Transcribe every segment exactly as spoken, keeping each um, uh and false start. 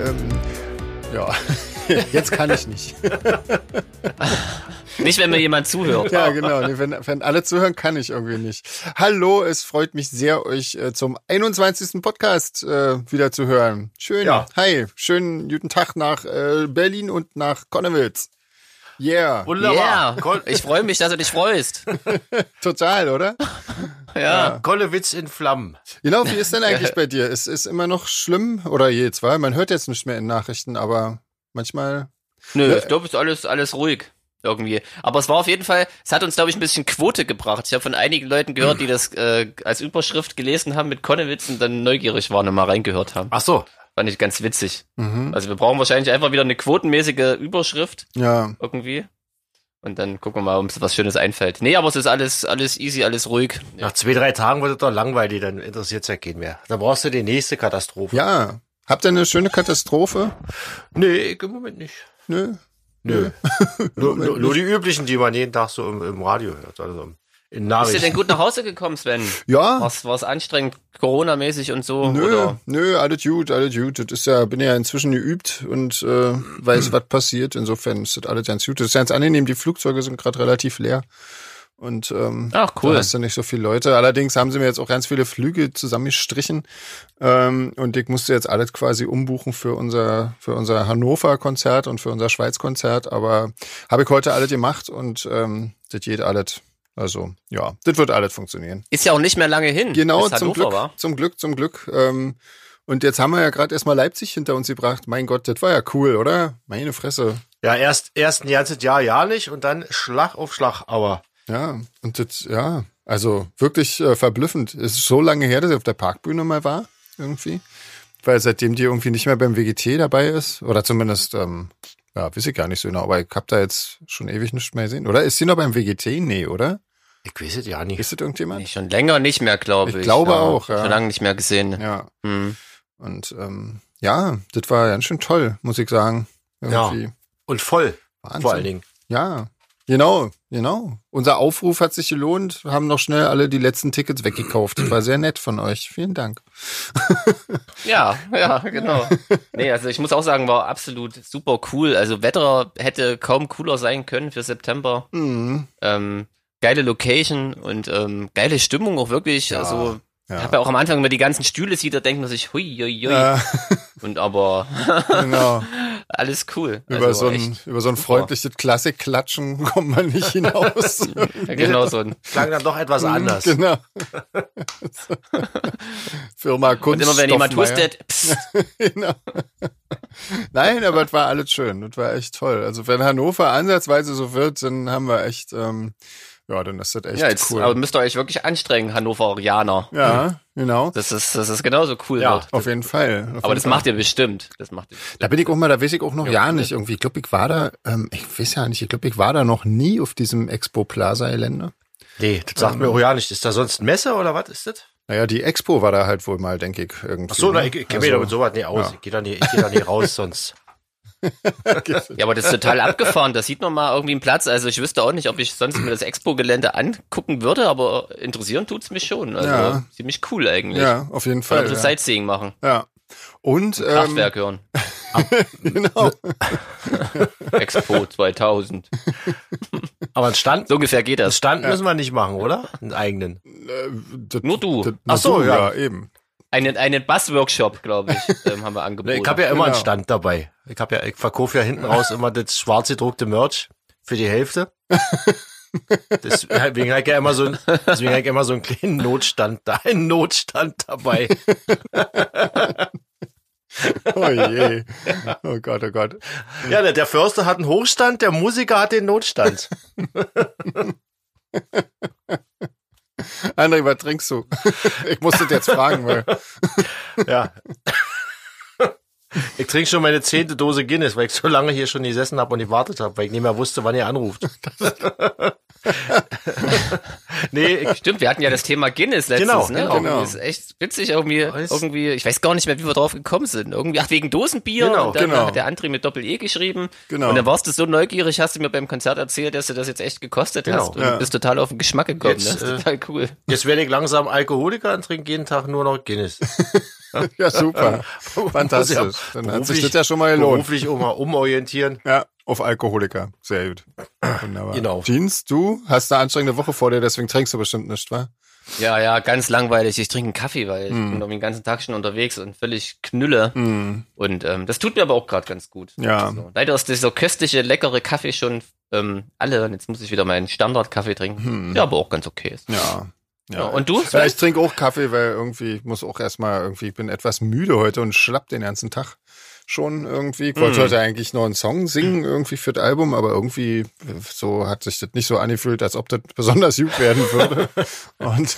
ähm, ja, jetzt kann ich nicht. Nicht, wenn mir jemand zuhört. Ja, genau. Wenn, wenn alle zuhören, kann ich irgendwie nicht. Hallo, es freut mich sehr, euch äh, zum einundzwanzigsten Podcast äh, wieder zu hören. Schön. Ja. Hi, schönen guten Tag nach äh, Berlin und nach Konnewitz. Yeah. Wunderbar. Yeah. Ich freue mich, dass du dich freust. Total, oder? Ja. ja. Konnewitz in Flammen. Genau, wie ist denn eigentlich bei dir? Ist es immer noch schlimm? Oder jetzt, weil man hört jetzt nicht mehr in Nachrichten, aber manchmal... Nö, ne? Ich glaube, es ist alles, alles ruhig. Irgendwie. Aber es war auf jeden Fall, es hat uns, glaube ich, ein bisschen Quote gebracht. Ich habe von einigen Leuten gehört, die das äh, als Überschrift gelesen haben mit Konnewitz und dann neugierig waren und mal reingehört haben. Ach so. Fand ich ganz witzig. Mhm. Also wir brauchen wahrscheinlich einfach wieder eine quotenmäßige Überschrift. Ja. Irgendwie. Und dann gucken wir mal, ob uns was Schönes einfällt. Nee, aber es ist alles, alles easy, alles ruhig. Nach zwei, drei Tagen wird es doch langweilig, dann interessiert es ja keinen mehr. Da brauchst du die nächste Katastrophe. Ja. Habt ihr eine schöne Katastrophe? Nee, ich im Moment nicht. Nö. Nö. nur, nur, nur die üblichen, die man jeden Tag so im, im Radio hört. Also in Nachrichten. Bist du denn gut nach Hause gekommen, Sven? Ja. War's, war's anstrengend, Corona-mäßig und so? Nö, oder? nö, alles gut, alles gut. Das ist ja, bin ja inzwischen geübt und äh, weiß, was passiert. Insofern ist das alles ganz gut. Das ist ganz angenehm, die Flugzeuge sind gerade relativ leer. Und ähm, Ach, cool. da hast du nicht so viele Leute. Allerdings haben sie mir jetzt auch ganz viele Flüge zusammengestrichen. Ähm, und ich musste jetzt alles quasi umbuchen für unser für unser Hannover-Konzert und für unser Schweiz-Konzert. Aber habe ich heute alles gemacht und ähm, das geht alles. Also, ja, das wird alles funktionieren. Ist ja auch nicht mehr lange hin. Genau, bis zum Hannover Glück, war. zum Glück, zum Glück. Ähm, und jetzt haben wir ja gerade erstmal Leipzig hinter uns gebracht. Mein Gott, das war ja cool, oder? Meine Fresse. Ja, erst, erst ein ganzes Jahr ja nicht und dann Schlag auf Schlag, aber. Ja, und das, ja, also wirklich äh, verblüffend. Es ist so lange her, dass ich auf der Parkbühne mal war, irgendwie. Weil seitdem die irgendwie nicht mehr beim W G T dabei ist, oder zumindest, ähm, ja, weiß ich gar nicht so genau, aber ich hab da jetzt schon ewig nichts mehr gesehen. Oder ist sie noch beim W G T? Nee, oder? Ich weiß es ja nicht. Ist das irgendjemand? Nee, schon länger nicht mehr, glaube ich. Ich glaube ja. auch, ja. Schon lange nicht mehr gesehen. Ja. Hm. Und ähm, ja, das war ganz schön toll, muss ich sagen. Irgendwie. Ja. Und voll. Wahnsinn. Vor allen Dingen. Ja, genau, genau. Unser Aufruf hat sich gelohnt. Wir haben noch schnell alle die letzten Tickets weggekauft. Das war sehr nett von euch. Vielen Dank. Ja, ja, genau. Nee, also ich muss auch sagen, war absolut super cool. Also Wetter hätte kaum cooler sein können für September. Mhm. Ähm, geile Location und ähm, geile Stimmung auch wirklich. Ja, also ja. ich habe ja auch am Anfang immer die ganzen Stühle sieht, da denkt man sich, hui, hui, hui. Ja. Und aber Genau. alles cool. Über, Also so ein, echt über so ein super. freundliches Klassik-Klatschen kommt man nicht hinaus. Ja, genau so ein. Klang dann doch etwas anders. Genau. Firma Kunst. Und immer wenn jemand hustet, psst. Genau. Nein, aber es war alles schön. Das war echt toll. Also wenn Hannover ansatzweise so wird, dann haben wir echt, ähm, ja, dann ist das echt Ja, jetzt cool. aber müsst ihr euch wirklich anstrengen, Hannoverianer. Ja, genau. Das ist, das ist genauso cool Ja, wird. Auf jeden Fall. Auf Aber jeden das Fall. macht ihr bestimmt. Das macht ihr bestimmt. Da bin ich auch mal, da weiß ich auch noch ja, Ja, nicht irgendwie. Ich glaube, ich war da, ähm, ich weiß ja nicht, ich glaube, ich war da noch nie auf diesem Expo Plaza Gelände. Nee, das sagt mir auch ja nicht. Ist da sonst ein Messe oder was ist das? Naja, die Expo war da halt wohl mal, denke ich, irgendwie. Ach so, ne? na, ich, ich kenne Also, mich damit sowas nicht aus. ja. Ich gehe da nicht, ich geh da nicht raus, sonst. Ja, aber das ist total abgefahren. Da sieht man mal irgendwie einen Platz. Also ich wüsste auch nicht, ob ich sonst mir das Expo-Gelände angucken würde, aber interessieren tut's mich schon. Also Ja. ziemlich cool eigentlich. Ja, auf jeden Kann Fall. ein bisschen Ja. Sightseeing machen. ja. Und, ähm, Kraftwerk hören. genau. Expo zweitausend. Aber einen Stand, So ungefähr geht einen das. Stand müssen wir nicht machen, oder? Einen eigenen. Äh, das- Nur du. das- Ach so, nur du, ja. ja, eben. Einen, einen Bass-Workshop, glaube ich, ähm, haben wir angeboten. Ich habe ja immer Genau. einen Stand dabei. Ich habe ja, ich verkaufe ja hinten raus immer das schwarz gedruckte Merch für die Hälfte. Deswegen habe ich ja immer so ein, deswegen habe ich immer so einen kleinen Notstand da, einen Notstand dabei. Oh je. Oh Gott, oh Gott. Ja, der, der Förster hat einen Hochstand, der Musiker hat den Notstand. André, was trinkst du? Ich muss das jetzt fragen, weil. Ja. Ich trinke schon meine zehnte Dose Guinness, weil ich so lange hier schon gesessen habe und gewartet habe, weil ich nicht mehr wusste, wann ihr anruft. Nee, ich, Stimmt, wir hatten ja das Thema Guinness letztens, Genau, ne? genau. Irgendwie ist echt witzig irgendwie, Weiß- irgendwie, ich weiß gar nicht mehr, wie wir drauf gekommen sind. Irgendwie, ach, wegen Dosenbier. Genau, und dann genau. hat der André mit Doppel-E geschrieben. Genau. Und dann warst du so neugierig, hast du mir beim Konzert erzählt, dass du das jetzt echt gekostet Genau, hast. Und ja. du bist total auf den Geschmack gekommen, Jetzt, ne? Das äh, ist total cool. jetzt werde ich langsam Alkoholiker und trinke jeden Tag nur noch Guinness. Ja, super. Fantastisch. Dann hat sich das ja schon mal gelohnt. Beruflich um, umorientieren. Ja, auf Alkoholiker. Sehr gut. Wunderbar. Genau. Jeans, du hast eine anstrengende Woche vor dir, deswegen trinkst du bestimmt nicht, wa? Ja, ja, ganz langweilig. Ich trinke einen Kaffee, weil ich mm. bin den ganzen Tag schon unterwegs und völlig knülle. Mm. Und ähm, das tut mir aber auch gerade ganz gut. Ja. Also, leider ist dieser köstliche, leckere Kaffee schon ähm, alle. Und jetzt muss ich wieder meinen Standard-Kaffee trinken. Hm. Ja, aber auch ganz okay ist. Ja. Ja. Ja, und du? Ja, ich trinke auch Kaffee, weil irgendwie, ich muss auch erstmal irgendwie, ich bin etwas müde heute und schlapp den ganzen Tag schon irgendwie. Ich wollte mm. heute eigentlich noch einen Song singen irgendwie für das Album, aber irgendwie so hat sich das nicht so angefühlt, als ob das besonders gut werden würde. Und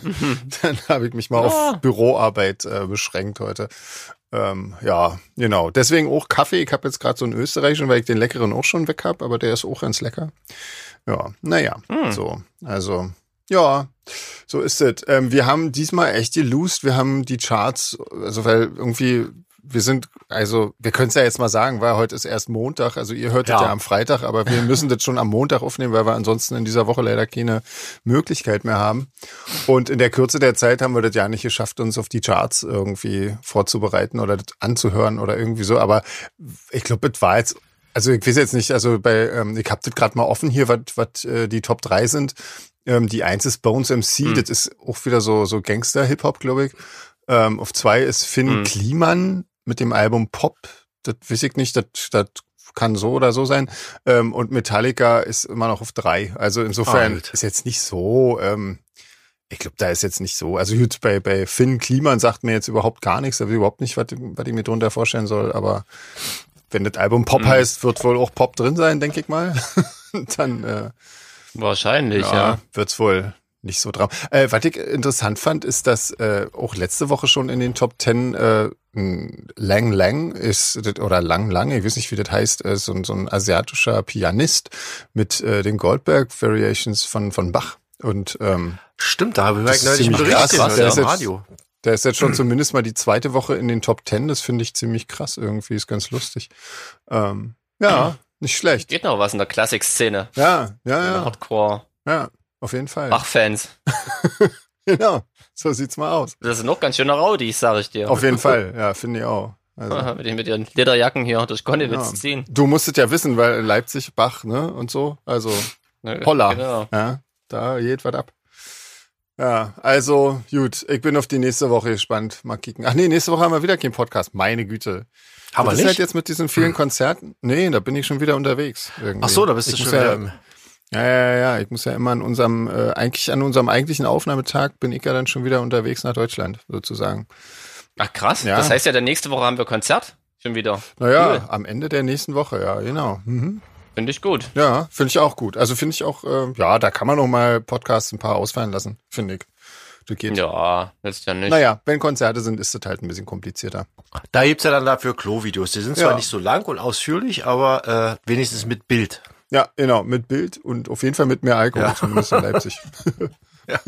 dann habe ich mich mal auf oh. Büroarbeit äh, beschränkt heute. Ähm, ja, genau. Deswegen auch Kaffee. Ich habe jetzt gerade so einen österreichischen, weil ich den leckeren auch schon weg habe, aber der ist auch ganz lecker. Ja, naja, mm. so. Also, ja, so ist es. Ähm, wir haben diesmal echt gelost. Wir haben die Charts, also weil irgendwie wir sind, also wir können es ja jetzt mal sagen, weil heute ist erst Montag, also ihr hört es ja. ja am Freitag, aber wir müssen das schon am Montag aufnehmen, weil wir ansonsten in dieser Woche leider keine Möglichkeit mehr haben. Und in der Kürze der Zeit haben wir das ja nicht geschafft, uns auf die Charts irgendwie vorzubereiten oder das anzuhören oder irgendwie so, aber ich glaube, das war jetzt, also ich weiß jetzt nicht, also bei, ähm, ich habe das gerade mal offen hier, was was äh, die Top drei sind. Ähm, die eins ist Bones M C, hm. das ist auch wieder so so Gangster-Hip-Hop, glaube ich. Ähm, auf zwei ist Finn hm. Kliman mit dem Album Pop, das weiß ich nicht, das, das kann so oder so sein. Ähm, und Metallica ist immer noch auf drei. Also insofern oh, ist jetzt nicht so, ähm, ich glaube, da ist jetzt nicht so. Also gut, bei, bei Finn Kliman sagt mir jetzt überhaupt gar nichts, da weiß ich überhaupt nicht, was, was ich mir drunter vorstellen soll, aber wenn das Album Pop mhm. heißt, wird wohl auch Pop drin sein, denke ich mal. Dann äh, wahrscheinlich, ja, ja. Wird's wohl nicht so drauf. Äh, was ich interessant fand, ist, dass äh, auch letzte Woche schon in den Top Ten äh, Lang Lang ist, oder Lang Lang, ich weiß nicht, wie das heißt, äh, so, so ein asiatischer Pianist mit äh, den Goldberg Variations von von Bach. Und ähm, stimmt, da habe ich neulich einen Bericht im Radio. Der ist jetzt schon zumindest mal die zweite Woche in den Top Ten. Das finde ich ziemlich krass irgendwie, ist ganz lustig. Ähm, ja, nicht schlecht. Geht noch was in der Klassik-Szene. Ja, ja, ja. Hardcore. Ja, auf jeden Fall. Bach-Fans. Genau, so sieht's mal aus. Das sind noch ganz schöne Raudis, sag ich dir. Auf jeden Fall, ja, finde ich auch. Also, Aha, mit, den, mit ihren Lederjacken hier durch Konnewitz ja. ziehen. Du musstet ja wissen, weil Leipzig, Bach, ne, und so, also holla, genau. Ja, da geht was ab. Ja, also gut, ich bin auf die nächste Woche gespannt. Mal kicken. Ach nee, nächste Woche haben wir wieder keinen Podcast. Meine Güte. Haben wir nicht? Das ist halt jetzt mit diesen vielen Konzerten. Nee, da bin ich schon wieder unterwegs. Irgendwie. Ach so, da bist du ich schon ja, wieder. Ja, ja, ja. Ich muss ja immer an unserem, äh, eigentlich an unserem eigentlichen Aufnahmetag bin ich ja dann schon wieder unterwegs nach Deutschland, sozusagen. Ach krass. Ja. Das heißt ja, dann nächste Woche haben wir Konzert. Schon wieder. Naja, cool. Am Ende der nächsten Woche, ja, genau. Mhm. Finde ich gut. Ja, finde ich auch gut. Also finde ich auch, äh, ja, da kann man noch mal Podcasts ein paar ausfallen lassen, finde ich. Das geht. Ja, ist ja nicht. Naja, wenn Konzerte sind, ist das halt ein bisschen komplizierter. Da gibt's ja dann dafür Klo-Videos. Die sind zwar ja. nicht so lang und ausführlich, aber äh, wenigstens mit Bild. Ja, genau, mit Bild und auf jeden Fall mit mehr Alkohol, ja. zumindest in Leipzig. Ja.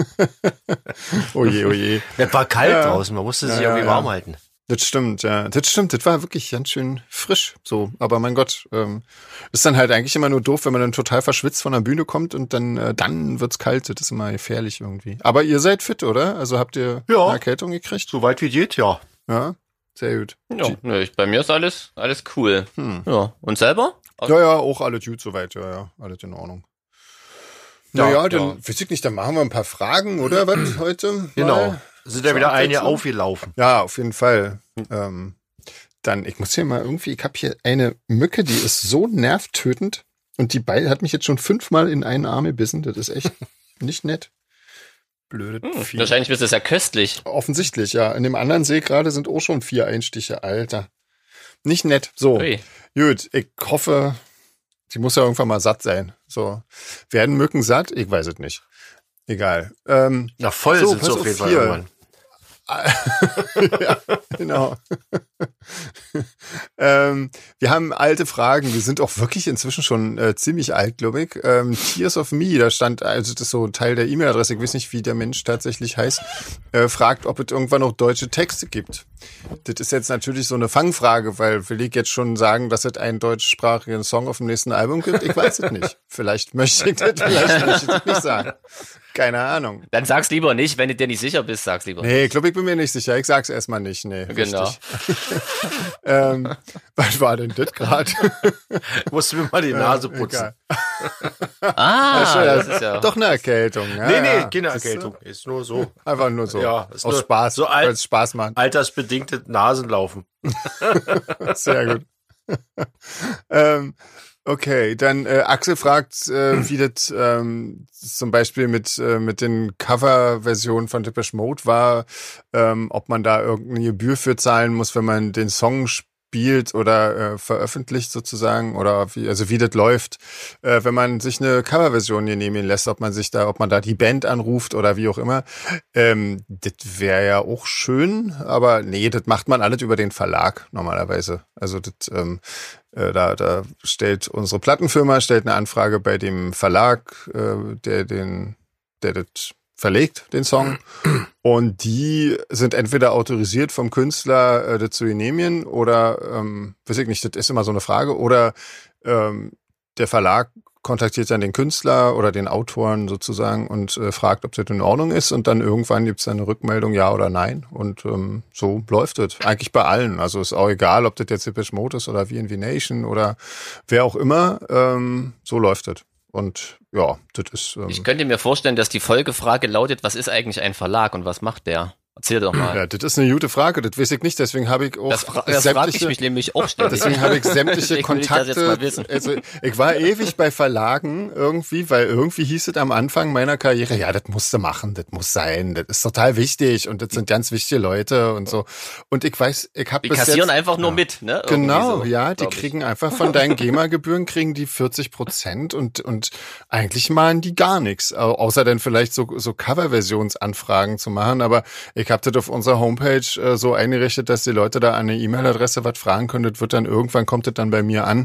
Oje, oje. Es war kalt ja. draußen, man musste sich ja, irgendwie ja. warm halten. Das stimmt, ja. Das stimmt, das war wirklich ganz schön frisch, so. Aber mein Gott, ähm, ist dann halt eigentlich immer nur doof, wenn man dann total verschwitzt von der Bühne kommt und dann, äh, dann wird's kalt. Das ist immer gefährlich irgendwie. Aber ihr seid fit, oder? Also habt ihr ja. eine Erkältung gekriegt? So weit wie geht, ja. Ja, sehr gut. Ja, nö, bei mir ist alles, alles cool. Hm. Ja, und selber? Ja, ja, auch alles gut soweit, ja, ja, alles in Ordnung. Ja, naja, dann, ja. weiß ich nicht, dann machen wir ein paar Fragen, oder was, heute? Genau. Mal Sind ja wieder einige aufgelaufen. Ja, auf jeden Fall. Ähm, dann, ich muss hier mal irgendwie, ich habe hier eine Mücke, die ist so nervtötend und die Beil hat mich jetzt schon fünfmal in einen Arm gebissen. Das ist echt nicht nett. Blöde hm, Vieh. Wahrscheinlich bist du es ja köstlich. Offensichtlich, ja. In dem anderen See gerade sind auch schon vier Einstiche. Alter. Nicht nett. So, Ui. Gut, ich hoffe, sie muss ja irgendwann mal satt sein. So, werden Mücken satt? Ich weiß es nicht. Egal. Ähm, Na, voll so, sind sie auf jeden Fall irgendwann. Ja, genau. ähm, wir haben alte Fragen. Wir sind auch wirklich inzwischen schon äh, ziemlich alt, glaube ich. Ähm, Tears of Me, da stand, also das ist so ein Teil der E-Mail-Adresse, ich weiß nicht, wie der Mensch tatsächlich heißt, äh, fragt, ob es irgendwann noch deutsche Texte gibt. Das ist jetzt natürlich so eine Fangfrage, weil will ich jetzt schon sagen, dass es einen deutschsprachigen Song auf dem nächsten Album gibt? Ich weiß es nicht. Vielleicht möchte ich das, vielleicht möchte ich das nicht sagen. Keine Ahnung. Dann sag's lieber nicht, wenn du dir nicht sicher bist, sag's lieber. Nee, ich glaube, ich bin mir nicht sicher. Ich sag's erstmal nicht. Nee, genau. ähm, was war denn das gerade? Musst du mir mal die Nase putzen. ah, ja, das ist ja... Doch eine Erkältung. Ja, nee, nee, ja. keine Erkältung. Ist nur so. Einfach nur so. Ja, ist aus nur Spaß. so alt, weil es Spaß macht. Altersbedingte Nasenlaufen. Sehr gut. ähm, okay, dann äh, Axel fragt, äh, wie das ähm, zum Beispiel mit äh, mit den Cover-Versionen von Depeche Mode war, ähm, ob man da irgendeine Gebühr für zahlen muss, wenn man den Song spielt oder äh, veröffentlicht sozusagen, oder wie, also wie das läuft, äh, wenn man sich eine Coverversion genehmigen lässt, ob man sich da, ob man da die Band anruft oder wie auch immer. Ähm, das wäre ja auch schön, aber nee, das macht man alles über den Verlag normalerweise. Also das, ähm, äh, da, da stellt unsere Plattenfirma stellt eine Anfrage bei dem Verlag, äh, der den, der das verlegt, den Song. Und die sind entweder autorisiert vom Künstler, äh, das zu genehmigen, oder, ähm, weiß ich nicht, das ist immer so eine Frage, oder ähm, der Verlag kontaktiert dann den Künstler oder den Autoren sozusagen und äh, fragt, ob das in Ordnung ist, und dann irgendwann gibt's dann eine Rückmeldung, ja oder nein, und ähm, so läuft es. Eigentlich bei allen, also ist auch egal, ob das jetzt Depeche Mode ist oder V and V Nation oder wer auch immer, ähm, so läuft es. Und ja, das ist... Ähm, ich könnte mir vorstellen, dass die Folgefrage lautet, was ist eigentlich ein Verlag und was macht der? Erzähl doch mal. Ja, das ist eine gute Frage, das weiß ich nicht, deswegen habe ich auch Das, fra das frage ich mich nämlich auch ständig. Deswegen habe ich sämtliche deswegen will Kontakte. Ich das jetzt mal wissen. Also ich war ewig bei Verlagen irgendwie, weil irgendwie hieß es am Anfang meiner Karriere, ja, das musst du machen, das muss sein, das ist total wichtig und das sind ganz wichtige Leute und so. Und ich weiß, ich habe Die bis kassieren jetzt, einfach nur ja. mit, ne? Irgendwie Genau, so, ja, die kriegen einfach von deinen GEMA-Gebühren kriegen die vierzig Prozent und und eigentlich malen die gar nichts, außer dann vielleicht so so Coverversionsanfragen zu machen. Aber ich habe das auf unserer Homepage äh, so eingerichtet, dass die Leute da an eine E-Mail-Adresse was fragen können. Das wird dann irgendwann kommt das dann bei mir an.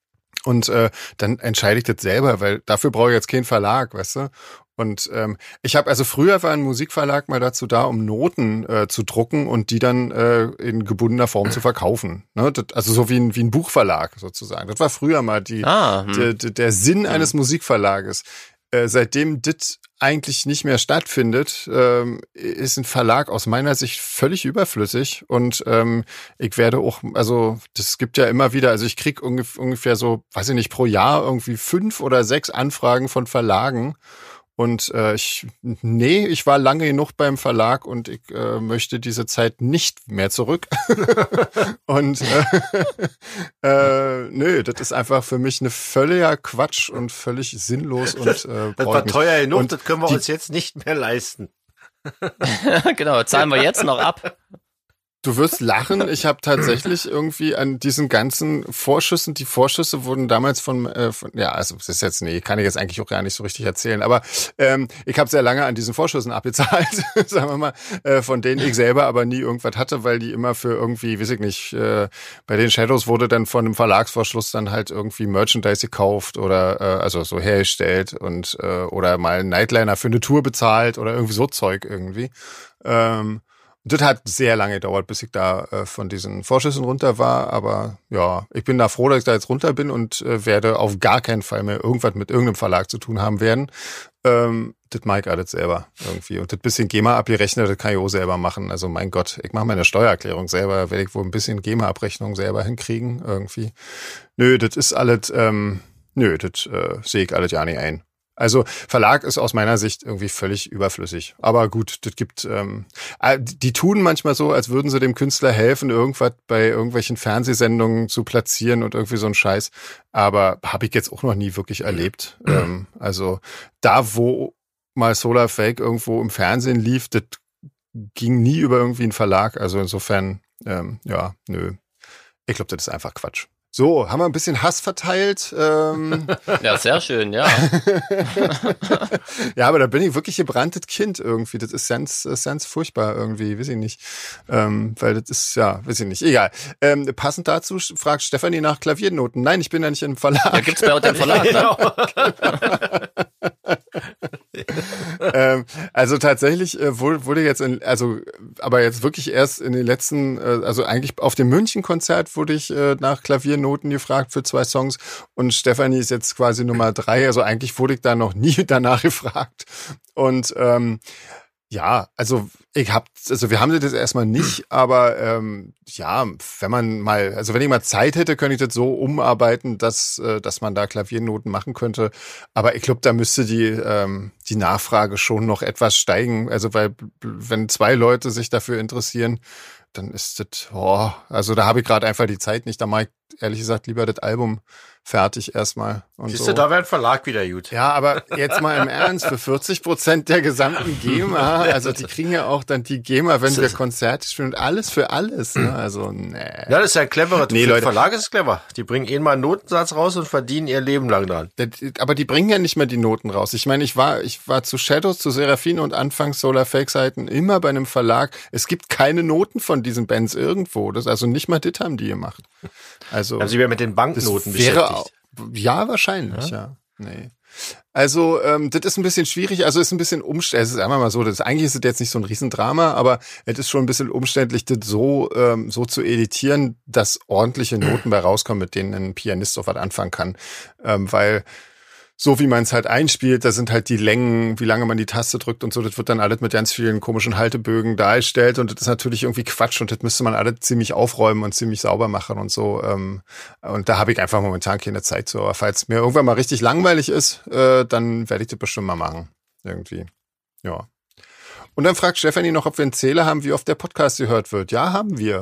Und äh, dann entscheide ich das selber, weil dafür brauche ich jetzt keinen Verlag, weißt du? Und ähm, ich habe, also früher war ein Musikverlag mal dazu da, um Noten äh, zu drucken und die dann äh, in gebundener Form zu verkaufen. Ne? Das, also so wie ein, wie ein Buchverlag sozusagen. Das war früher mal die, ah, hm. der, der, der Sinn hm. eines Musikverlages. Äh, seitdem das eigentlich nicht mehr stattfindet, ähm, ist ein Verlag aus meiner Sicht völlig überflüssig, und ähm, ich werde auch, also das gibt ja immer wieder, also ich krieg ungef- ungefähr so, weiß ich nicht, pro Jahr irgendwie fünf oder sechs Anfragen von Verlagen. Und äh, ich, nee, ich war lange genug beim Verlag und ich äh, möchte diese Zeit nicht mehr zurück. und äh, äh, nö, das ist einfach für mich eine völliger Quatsch und völlig sinnlos. Und äh, das war teuer genug, und das können wir die, uns jetzt nicht mehr leisten. Genau, zahlen wir jetzt noch ab. Du wirst lachen, ich habe tatsächlich irgendwie an diesen ganzen Vorschüssen, die Vorschüsse wurden damals von, äh, von ja, also das ist jetzt, nee, kann ich jetzt eigentlich auch gar nicht so richtig erzählen, aber ähm, ich habe sehr lange an diesen Vorschüssen abbezahlt, sagen wir mal, äh, von denen ich selber aber nie irgendwas hatte, weil die immer für irgendwie, weiß ich nicht, äh, bei den Shadows wurde dann von einem Verlagsvorschluss dann halt irgendwie Merchandise gekauft oder äh, also so hergestellt und äh, oder mal einen Nightliner für eine Tour bezahlt oder irgendwie so Zeug irgendwie. Ähm, Das hat sehr lange gedauert, bis ich da äh, von diesen Vorschüssen runter war. Aber ja, ich bin da froh, dass ich da jetzt runter bin und äh, werde auf gar keinen Fall mehr irgendwas mit irgendeinem Verlag zu tun haben werden. Ähm, das mag ich alles selber irgendwie. Und das bisschen GEMA abgerechnet, das kann ich auch selber machen. Also mein Gott, ich mache meine Steuererklärung selber. Da werde ich wohl ein bisschen GEMA-Abrechnung selber hinkriegen irgendwie. Nö, das ist alles, ähm, nö, das äh, sehe ich alles ja nicht ein. Also Verlag ist aus meiner Sicht irgendwie völlig überflüssig. Aber gut, das gibt, ähm, die tun manchmal so, als würden sie dem Künstler helfen, irgendwas bei irgendwelchen Fernsehsendungen zu platzieren und irgendwie so ein Scheiß. Aber habe ich jetzt auch noch nie wirklich erlebt. Mhm. Ähm, also da, wo mal Solar Fake irgendwo im Fernsehen lief, das ging nie über irgendwie einen Verlag. Also insofern, ähm, ja, nö. Ich glaube, das ist einfach Quatsch. So, haben wir ein bisschen Hass verteilt. Ähm. Ja, sehr schön, ja. Ja, aber da bin ich wirklich gebranntes Kind irgendwie. Das ist ganz, das ist ganz furchtbar irgendwie, weiß ich nicht. Ähm, weil das ist, ja, weiß ich nicht. Egal. Ähm, passend dazu fragt Stefanie nach Klaviernoten. Nein, ich bin ja nicht im Verlag. Ja, gibt's bei uns im Verlag, ne? ähm, also tatsächlich äh, wurde, wurde jetzt, in, also aber jetzt wirklich erst in den letzten, äh, also eigentlich auf dem München-Konzert wurde ich äh, nach Klaviernoten gefragt für zwei Songs und Stefanie ist jetzt quasi Nummer drei, also eigentlich wurde ich da noch nie danach gefragt und ähm, ja, also ich hab, also wir haben das erstmal nicht, aber ähm, ja, wenn man mal, also wenn ich mal Zeit hätte, könnte ich das so umarbeiten, dass äh, dass man da Klaviernoten machen könnte. Aber ich glaube, da müsste die ähm, die Nachfrage schon noch etwas steigen. Also weil wenn zwei Leute sich dafür interessieren, dann ist das, oh, also da habe ich gerade einfach die Zeit nicht. Da mache ich ehrlich gesagt lieber das Album fertig erstmal. Und Siehst so. du, da wäre ein Verlag wieder gut. Ja, aber jetzt mal im Ernst, für vierzig Prozent der gesamten GEMA, also die kriegen ja auch dann die GEMA, wenn wir Konzerte spielen und alles für alles, ne? Also, nee. Ja, das ist ja ein cleverer, nee, für Leute. den Verlag ist es clever. Die bringen eh mal einen Notensatz raus und verdienen ihr Leben lang dran. Aber die bringen ja nicht mehr die Noten raus. Ich meine, ich war, ich war zu Shadows, zu Seraphine und anfangs Solar Fake Seiten immer bei einem Verlag. Es gibt keine Noten von diesen Bands irgendwo. Das, also nicht mal das haben die gemacht. Also, also sie wäre mit den Banknoten das wäre beschäftigt. Auch, ja, wahrscheinlich, ja. ja. Nee. Also, ähm, das ist ein bisschen schwierig, also ist ein bisschen umständlich, es ist einmal mal so, das eigentlich ist es jetzt nicht so ein Riesendrama, aber es ist schon ein bisschen umständlich, das so, ähm, so zu editieren, dass ordentliche Noten bei rauskommen, mit denen ein Pianist so was anfangen kann. Ähm, weil so wie man es halt einspielt, da sind halt die Längen, wie lange man die Taste drückt und so, das wird dann alles mit ganz vielen komischen Haltebögen dargestellt und das ist natürlich irgendwie Quatsch und das müsste man alles ziemlich aufräumen und ziemlich sauber machen und so. Und da habe ich einfach momentan keine Zeit zu. Aber falls mir irgendwann mal richtig langweilig ist, dann werde ich das bestimmt mal machen. Irgendwie. Ja. Und dann fragt Stefanie noch, ob wir einen Zähler haben, wie oft der Podcast gehört wird. Ja, haben wir.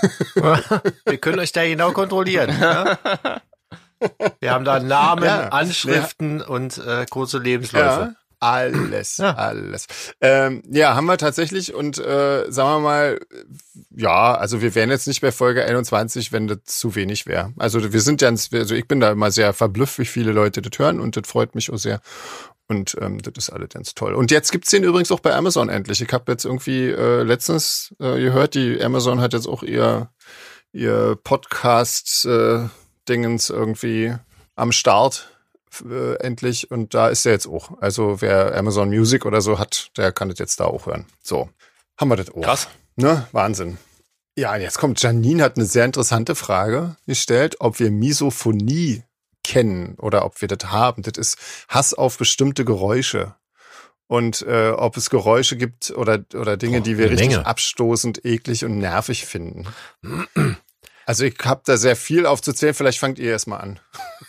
Wir können euch da genau kontrollieren. Ja? Wir haben da Namen, ja, Anschriften ja. und äh, kurze Lebensläufe. Ja, alles, ja. alles. Ähm, ja, haben wir tatsächlich und äh, sagen wir mal, ja, also wir wären jetzt nicht bei Folge einundzwanzig, wenn das zu wenig wäre. Also wir sind ganz, also ich bin da immer sehr verblüfft, wie viele Leute das hören und das freut mich auch sehr. Und ähm, das ist alles ganz toll. Und jetzt gibt's den übrigens auch bei Amazon endlich. Ich habe jetzt irgendwie äh, letztens äh, gehört, die Amazon hat jetzt auch ihr ihr Podcast äh, Dingens irgendwie am Start äh, endlich und da ist er jetzt auch. Also wer Amazon Music oder so hat, der kann das jetzt da auch hören. So, haben wir das auch. Krass. Ne? Wahnsinn. Ja, jetzt kommt Janine, hat eine sehr interessante Frage gestellt, ob wir Misophonie kennen oder ob wir das haben. Das ist Hass auf bestimmte Geräusche. Und äh, ob es Geräusche gibt oder, oder Dinge, Boah, die wir richtig Menge. abstoßend, eklig und nervig finden. Also ich habe da sehr viel aufzuzählen, vielleicht fangt ihr erst mal an.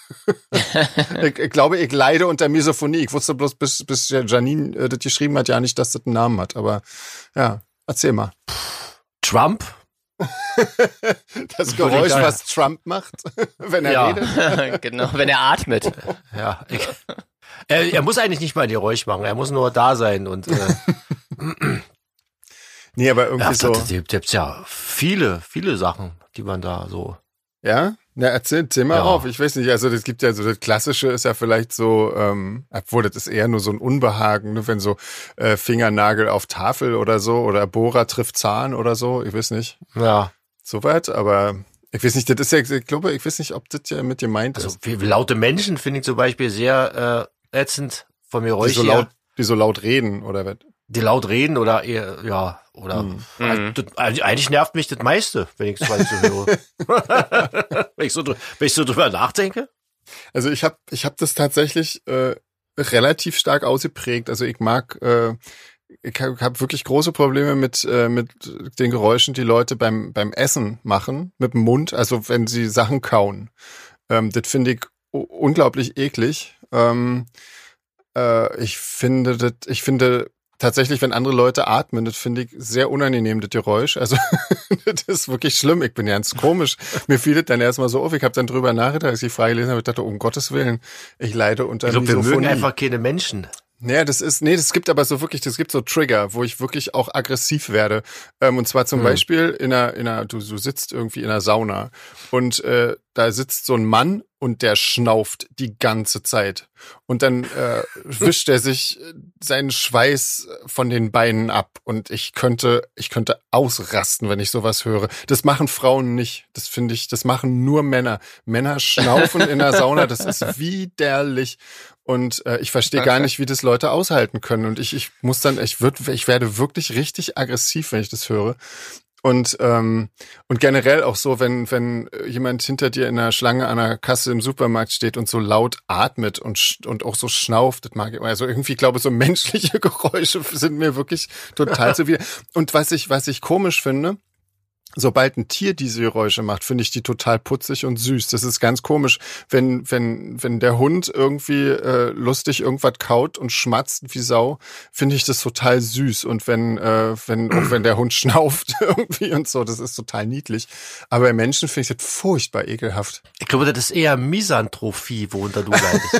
ich, ich glaube, ich leide unter Misophonie. Ich wusste bloß, bis, bis Janine äh, das geschrieben hat, ja nicht, dass das einen Namen hat. Aber ja, erzähl mal. Trump? Das Geräusch, was Trump macht, wenn er Ja. redet. Genau, wenn er atmet. Ja. Ich, er, er muss eigentlich nicht mal ein Geräusch machen, er muss nur da sein und äh, Nee, aber irgendwie ja, so. da gibt's ja viele, viele Sachen, die man da so. Ja? Na, erzähl, erzähl mal Ja. auf. Ich weiß nicht, also das gibt ja so, das Klassische ist ja vielleicht so, ähm, obwohl das ist eher nur so ein Unbehagen, ne, wenn so äh, Fingernagel auf Tafel oder so oder Bohrer trifft Zahn oder so, ich weiß nicht, Ja. soweit, aber ich weiß nicht, das ist ja, ich glaube, ich weiß nicht, ob das ja mit gemeint Also ist. wie laute Menschen finde ich zum Beispiel sehr äh, ätzend vom Die Geräusch so her. laut, die so laut reden oder was? Die laut reden oder eher, ja, oder Mhm. also, das, eigentlich nervt mich das meiste, wenn ich es so höre. wenn, ich so, drü- wenn ich so drüber nachdenke. Also ich habe ich hab das tatsächlich äh, relativ stark ausgeprägt. Also ich mag, äh, ich habe hab wirklich große Probleme mit äh, mit den Geräuschen, die Leute beim beim Essen machen, mit dem Mund, also wenn sie Sachen kauen. Ähm, das finde ich u- unglaublich eklig. Ähm, äh, ich finde das, ich finde tatsächlich, wenn andere Leute atmen, das finde ich sehr unangenehm, das Geräusch. Also das ist wirklich schlimm. Ich bin ganz komisch. Mir fiel das dann erstmal so auf. Ich habe dann drüber nachgedacht, als ich die Frage gelesen habe, ich dachte, um Gottes Willen, ich leide unter Ich glaube, wir Misophonie. mögen einfach keine Menschen. Naja, das ist, nee, das gibt aber so wirklich, das gibt so Trigger, wo ich wirklich auch aggressiv werde. Ähm, und zwar zum Hm. Beispiel in einer, in einer, du, du sitzt irgendwie in einer Sauna und äh, da sitzt so ein Mann und der schnauft die ganze Zeit. Und dann äh, wischt er sich seinen Schweiß von den Beinen ab. Und ich könnte, ich könnte ausrasten, wenn ich sowas höre. Das machen Frauen nicht. Das finde ich, das machen nur Männer. Männer schnaufen in der Sauna, das ist widerlich. Und äh, ich verstehe gar nicht, wie das Leute aushalten können. Und ich, ich muss dann, ich würd, ich werde wirklich richtig aggressiv, wenn ich das höre. Und ähm, und generell auch so, wenn wenn jemand hinter dir in einer Schlange an der Kasse im Supermarkt steht und so laut atmet und sch- und auch so schnauft, das mag ich. Also irgendwie, ich glaube, so menschliche Geräusche sind mir wirklich total zu viel. Und was ich was ich komisch finde, sobald ein Tier diese Geräusche macht, finde ich die total putzig und süß. Das ist ganz komisch, wenn wenn wenn der Hund irgendwie äh, lustig irgendwas kaut und schmatzt wie Sau, finde ich das total süß. Und wenn äh, wenn auch wenn der Hund schnauft irgendwie und so, das ist total niedlich. Aber bei Menschen finde ich das furchtbar ekelhaft. Ich glaube, das ist eher Misanthropie, worunter du leidest.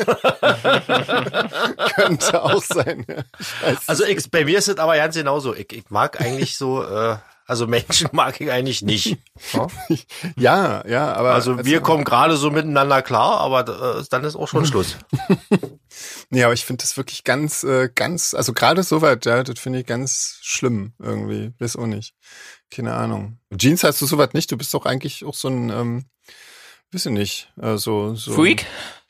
Könnte auch sein. Ja. Ich weiß Also ich, bei mir ist es aber ganz genauso. Ich, ich mag eigentlich so, äh, also Menschen mag ich eigentlich nicht. Ja? ja, ja, aber Also wir also, kommen gerade so miteinander klar, aber äh, dann ist auch schon Schluss. nee, aber ich finde das wirklich ganz, äh, ganz, also gerade so weit, ja, das finde ich ganz schlimm irgendwie. Weiß auch nicht. Keine Ahnung. Jeans hast du so weit nicht, du bist doch eigentlich auch so ein, ähm, weiß ich nicht, äh, so, so. Freak?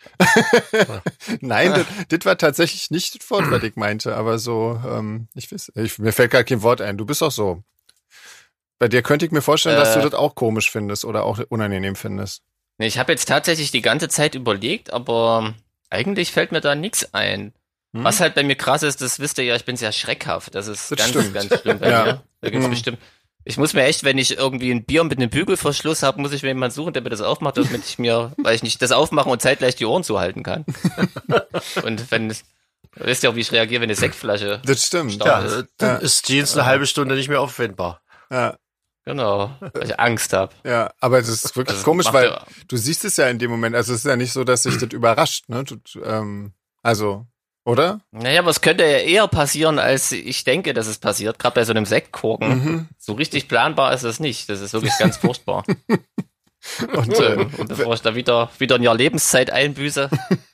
Nein, das, das war tatsächlich nicht das Wort, was ich meinte, aber so, ähm, ich weiß, ich, mir fällt gar kein Wort ein. Du bist auch so. Bei dir könnte ich mir vorstellen, äh, dass du das auch komisch findest oder auch unangenehm findest. Nee, ich habe jetzt tatsächlich die ganze Zeit überlegt, aber eigentlich fällt mir da nichts ein. Hm? Was halt bei mir krass ist, das wisst ihr ja, ich bin sehr schreckhaft. Das ist das ganz, stimmt. ganz schlimm bei ja. mir. Da gibt's hm. bestimmt. Ich muss mir echt, wenn ich irgendwie ein Bier mit einem Bügelverschluss habe, muss ich mir jemanden suchen, der mir das aufmacht, damit ich mir, weil ich nicht das aufmachen und zeitgleich die Ohren zuhalten kann. Und wenn, wisst ihr auch, wie ich reagiere, wenn eine Sektflasche. Das stimmt. Ja, ist. dann ja. ist Jeans eine halbe Stunde nicht mehr aufwendbar. Ja. Genau, weil ich Angst habe. Ja, aber das ist wirklich also komisch, weil ja. du siehst es ja in dem Moment. Also es ist ja nicht so, dass sich das überrascht, ne? Du, ähm, also, oder? Naja, aber es könnte ja eher passieren, als ich denke, dass es passiert. Gerade bei so einem Sektkorken. Mhm. So richtig planbar ist es nicht. Das ist wirklich ganz furchtbar. und, ähm, und bevor ich da wieder, wieder ein Jahr Lebenszeit einbüße,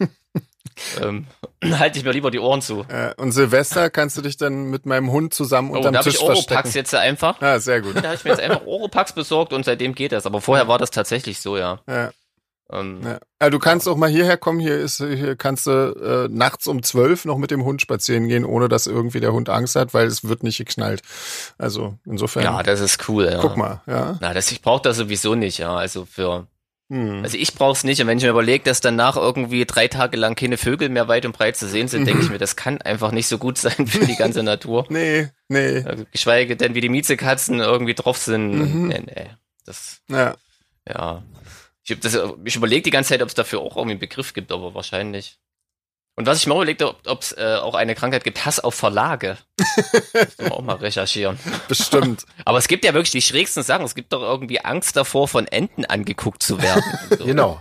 ähm, halte ich mir lieber die Ohren zu. Äh, und Silvester kannst du dich dann mit meinem Hund zusammen oh, unterm da Tisch hab ich Oropax verstecken. Jetzt einfach. Ah, sehr gut. Da habe ich mir jetzt einfach Oropax besorgt und seitdem geht das. Aber vorher war das tatsächlich so, ja. Ja. Ähm, ja. ja du kannst auch mal hierher kommen. Hier ist, hier kannst du äh, nachts um zwölf noch mit dem Hund spazieren gehen, ohne dass irgendwie der Hund Angst hat, weil es wird nicht geknallt. Also insofern. Ja, das ist cool. Ja. Guck mal, ja. Na, das ich brauche das sowieso nicht, ja. Also für Hm. Also ich brauch's nicht und wenn ich mir überlege, dass danach irgendwie drei Tage lang keine Vögel mehr weit und breit zu sehen sind, denke ich mir, das kann einfach nicht so gut sein für die ganze Natur. Nee, nee. Also, geschweige denn, wie die Miezekatzen irgendwie drauf sind. Mhm. Nee, nee. Das, ja. ja. Ich, hab das, ich überlege die ganze Zeit, ob es dafür auch irgendwie einen Begriff gibt, aber wahrscheinlich. Und was ich mir überlegt habe, ob es äh, auch eine Krankheit gibt, Hass auf Verlage. Müssen wir auch mal recherchieren. Bestimmt. Aber es gibt ja wirklich die schrägsten Sachen. Es gibt doch irgendwie Angst davor, von Enten angeguckt zu werden. So. Genau.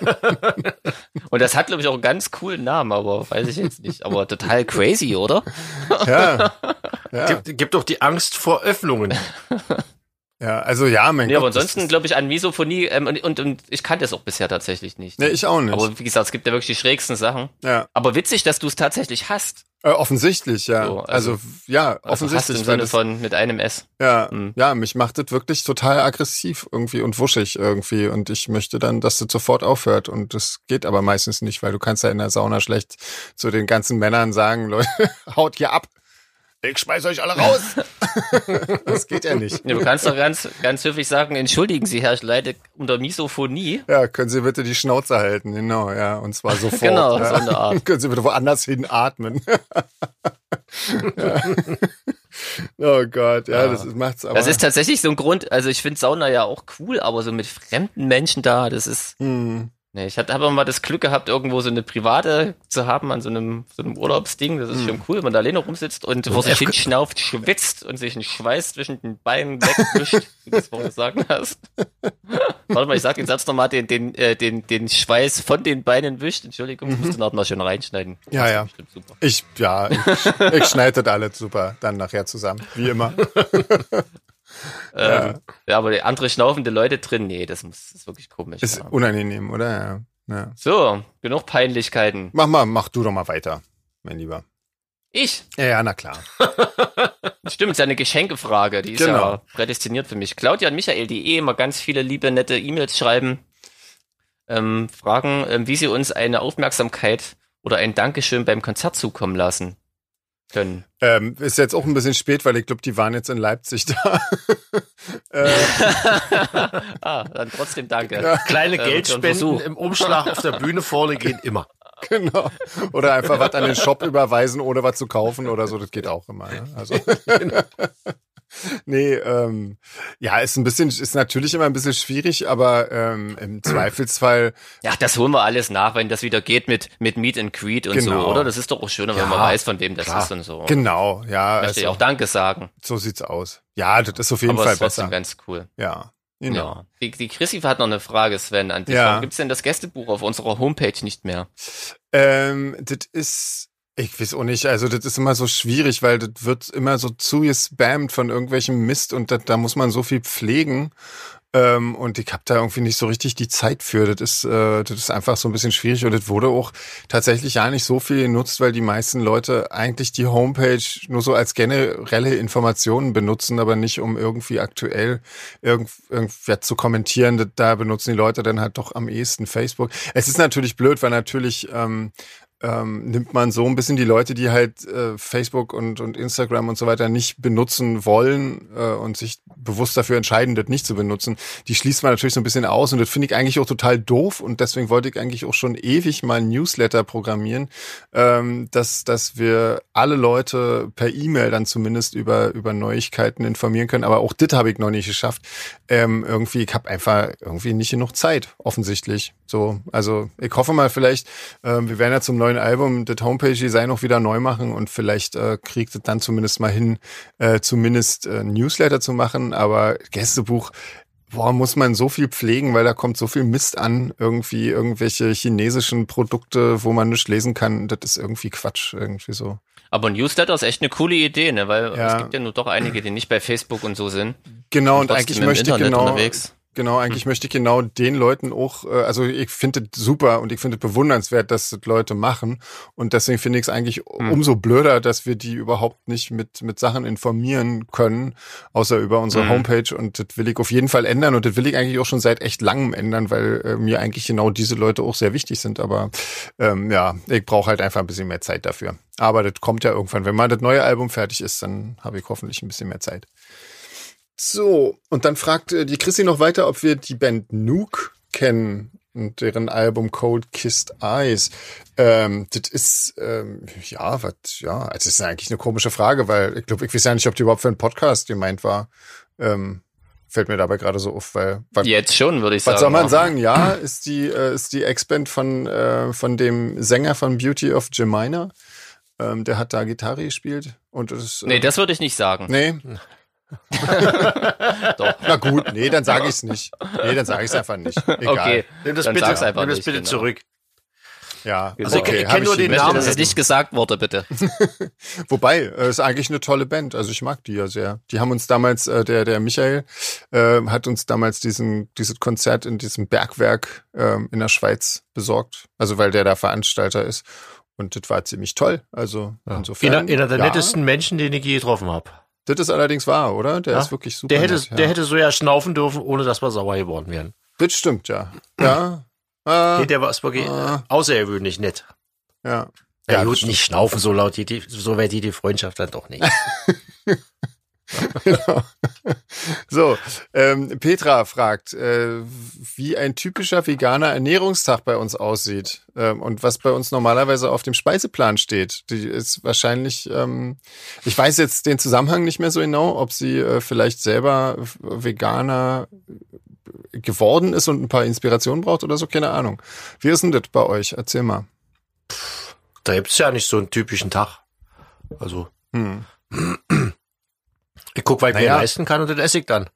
Und das hat, glaube ich, auch einen ganz coolen Namen, aber weiß ich jetzt nicht. Aber total crazy, oder? Ja. ja. Gibt, gibt doch die Angst vor Öffnungen. Ja, also ja, mein nee, Gott. aber ansonsten glaube ich an Misophonie ähm, und, und, und ich kannte es auch bisher tatsächlich nicht. Nee, ich auch nicht. Aber wie gesagt, es gibt ja wirklich die schrägsten Sachen. Ja. Aber witzig, dass du es tatsächlich hast. Äh, offensichtlich, ja. So, also, also, ja, also offensichtlich. hast du im Sinne das, von mit einem S. Ja, hm. ja, mich macht das wirklich total aggressiv irgendwie und wuschig irgendwie und ich möchte dann, dass das sofort aufhört und das geht aber meistens nicht, weil du kannst ja in der Sauna schlecht zu den ganzen Männern sagen, Leute, haut hier ab. Ich schmeiß euch alle raus. Das geht ja nicht. Ja, du kannst doch ganz, ganz höflich sagen, entschuldigen Sie, Herr, ich leide unter Misophonie. Ja, können Sie bitte die Schnauze halten, genau, ja, und zwar sofort. Genau, ja. so eine Art. Können Sie bitte woanders hin atmen. Ja. Oh Gott, ja, ja. das macht's aber. Das ist tatsächlich so ein Grund, also ich finde Sauna ja auch cool, aber so mit fremden Menschen da, das ist... Hm. Nee, ich habe mal das Glück gehabt, irgendwo so eine private zu haben an so einem, so einem Urlaubsding. Das ist hm. schon cool, wenn man da alleine rumsitzt und vor sich hinschnauft, schwitzt und sich einen Schweiß zwischen den Beinen wegwischt, wie du das vorhin gesagt hast. Warte mal, ich sag den Satz nochmal, den, den, äh, den, den Schweiß von den Beinen wischt. Entschuldigung, das musst du nachher mal schön reinschneiden. Ja, ja. Super. Ich, ja, ich, ich schneide das alles super dann nachher zusammen, wie immer. ähm, ja. ja, aber andere schnaufende Leute drin, nee, das, muss, das ist wirklich komisch. Ist ja. unangenehm, oder? Ja. Ja. So, genug Peinlichkeiten. Mach mal, mach du doch mal weiter, mein Lieber. Ich? Ja, ja, na klar. Stimmt, ist ja eine Geschenkefrage, die ist genau. ja prädestiniert für mich. Claudia und Michael, die eh immer ganz viele liebe, nette E-Mails schreiben, ähm, fragen, ähm, wie sie uns eine Aufmerksamkeit oder ein Dankeschön beim Konzert zukommen lassen können. Ähm, ist jetzt auch ein bisschen spät, weil ich glaube, die waren jetzt in Leipzig da. äh. ah, dann trotzdem danke. Ja. Kleine äh, Geldspenden im Umschlag auf der Bühne vorne gehen immer. Genau. Oder einfach was an den Shop überweisen, ohne was zu kaufen oder so, das geht auch immer. Ne? Also nee, ähm, ja, ist ein bisschen, ist natürlich immer ein bisschen schwierig, aber ähm, im Zweifelsfall. Ja, das holen wir alles nach, wenn das wieder geht mit mit Meet and Greet und genau. so, oder? Das ist doch auch schöner, wenn ja, man weiß, von wem das klar. ist und so. Genau, ja. Möchte ich also, auch Danke sagen. So sieht's aus. Ja, das ist auf jeden aber Fall ist trotzdem besser. Ganz cool. Ja. Genau. Ja. Die, die Chrissy hat noch eine Frage, Sven, an dich. Ja. Warum gibt's denn das Gästebuch auf unserer Homepage nicht mehr? Ähm, das ist, ich weiß auch nicht, also das ist immer so schwierig, weil das wird immer so zugespammt von irgendwelchem Mist und das, da muss man so viel pflegen. Ähm, und ich habe da irgendwie nicht so richtig die Zeit für. Das ist, äh, das ist einfach so ein bisschen schwierig und das wurde auch tatsächlich ja nicht so viel genutzt, weil die meisten Leute eigentlich die Homepage nur so als generelle Informationen benutzen, aber nicht um irgendwie aktuell irgend, irgendwer zu kommentieren. Das, da benutzen die Leute dann halt doch am ehesten Facebook. Es ist natürlich blöd, weil natürlich ähm, Ähm, nimmt man so ein bisschen die Leute, die halt äh, Facebook und, und Instagram und so weiter nicht benutzen wollen äh, und sich bewusst dafür entscheiden, das nicht zu benutzen, die schließt man natürlich so ein bisschen aus und das finde ich eigentlich auch total doof und deswegen wollte ich eigentlich auch schon ewig mal ein Newsletter programmieren, ähm, dass, dass wir alle Leute per E-Mail dann zumindest über, über Neuigkeiten informieren können, aber auch das habe ich noch nicht geschafft. Ähm, irgendwie, ich habe einfach irgendwie nicht genug Zeit, offensichtlich. So, also ich hoffe mal vielleicht, ähm, wir werden ja zum neuen Album das Homepage-Design auch wieder neu machen und vielleicht äh, kriegt es dann zumindest mal hin, äh, zumindest äh, Newsletter zu machen, aber Gästebuch, boah, muss man so viel pflegen, weil da kommt so viel Mist an, irgendwie irgendwelche chinesischen Produkte, wo man nicht lesen kann, das ist irgendwie Quatsch, irgendwie so. Aber Newsletter ist echt eine coole Idee, ne, weil ja. es gibt ja nur doch einige, die nicht bei Facebook und so sind. Genau, und, und eigentlich möchte ich genau... Unterwegs. Genau, eigentlich hm. möchte ich genau den Leuten auch, also ich finde es super und ich finde es bewundernswert, dass das Leute machen und deswegen finde ich es eigentlich hm. umso blöder, dass wir die überhaupt nicht mit mit Sachen informieren können, außer über unsere hm. Homepage und das will ich auf jeden Fall ändern und das will ich eigentlich auch schon seit echt langem ändern, weil äh, mir eigentlich genau diese Leute auch sehr wichtig sind, aber ähm, ja, ich brauche halt einfach ein bisschen mehr Zeit dafür. Aber das kommt ja irgendwann, wenn mal das neue Album fertig ist, dann habe ich hoffentlich ein bisschen mehr Zeit. So, und dann fragt äh, die Chrissy noch weiter, ob wir die Band Nuke kennen und deren Album Cold Kissed Eyes. Ähm, das ist, ähm, ja, was, ja, das ist eigentlich eine komische Frage, weil ich glaube, ich weiß ja nicht, ob die überhaupt für einen Podcast gemeint war. Ähm, fällt mir dabei gerade so auf, weil... Was, Jetzt schon, würde ich sagen. Was soll man sagen? Ja, ist die, äh, ist die Ex-Band von, äh, von dem Sänger von Beauty of Jemima. Ähm, der hat da Gitarre gespielt und das ist... Äh, nee, das würde ich nicht sagen. Nee. Doch. Na gut, nee, dann sage ich es nicht. Nee, dann sage ich es einfach nicht. Egal. Okay, nimm das dann bitte, sag's einfach nimm das nicht, bitte genau. zurück. Ja, also okay. ich kenne nur den Namen. Namen. Dass es nicht gesagt wurde, bitte. Wobei, es ist eigentlich eine tolle Band. Also ich mag die ja sehr. Die haben uns damals, äh, der der Michael äh, hat uns damals diesen dieses Konzert in diesem Bergwerk äh, in der Schweiz besorgt. Also weil der da Veranstalter ist. Und das war ziemlich toll. Also ja. insofern. Einer, einer der ja. nettesten Menschen, den ich je getroffen habe. Das ist allerdings wahr, oder? Der ja. ist wirklich super. Der hätte, nett, ja. der hätte so ja schnaufen dürfen, ohne dass wir sauer geworden wären. Das stimmt, ja. Ja. Äh, nee, der war wirklich äh, außergewöhnlich nett. Ja. Ja, ja gut, nicht schnaufen, so laut, die, so wäre die, die Freundschaft dann doch nicht. Genau. So, ähm, Petra fragt, äh, wie ein typischer veganer Ernährungstag bei uns aussieht ähm, und was bei uns normalerweise auf dem Speiseplan steht. Die ist wahrscheinlich, ähm, ich weiß jetzt den Zusammenhang nicht mehr so genau, ob sie äh, vielleicht selber Veganer geworden ist und ein paar Inspirationen braucht oder so, keine Ahnung. Wie ist denn das bei euch? Erzähl mal. Da gibt's ja nicht so einen typischen Tag. Also, hm. Ich guck, weil ich naja. mir leisten kann und das esse ich dann.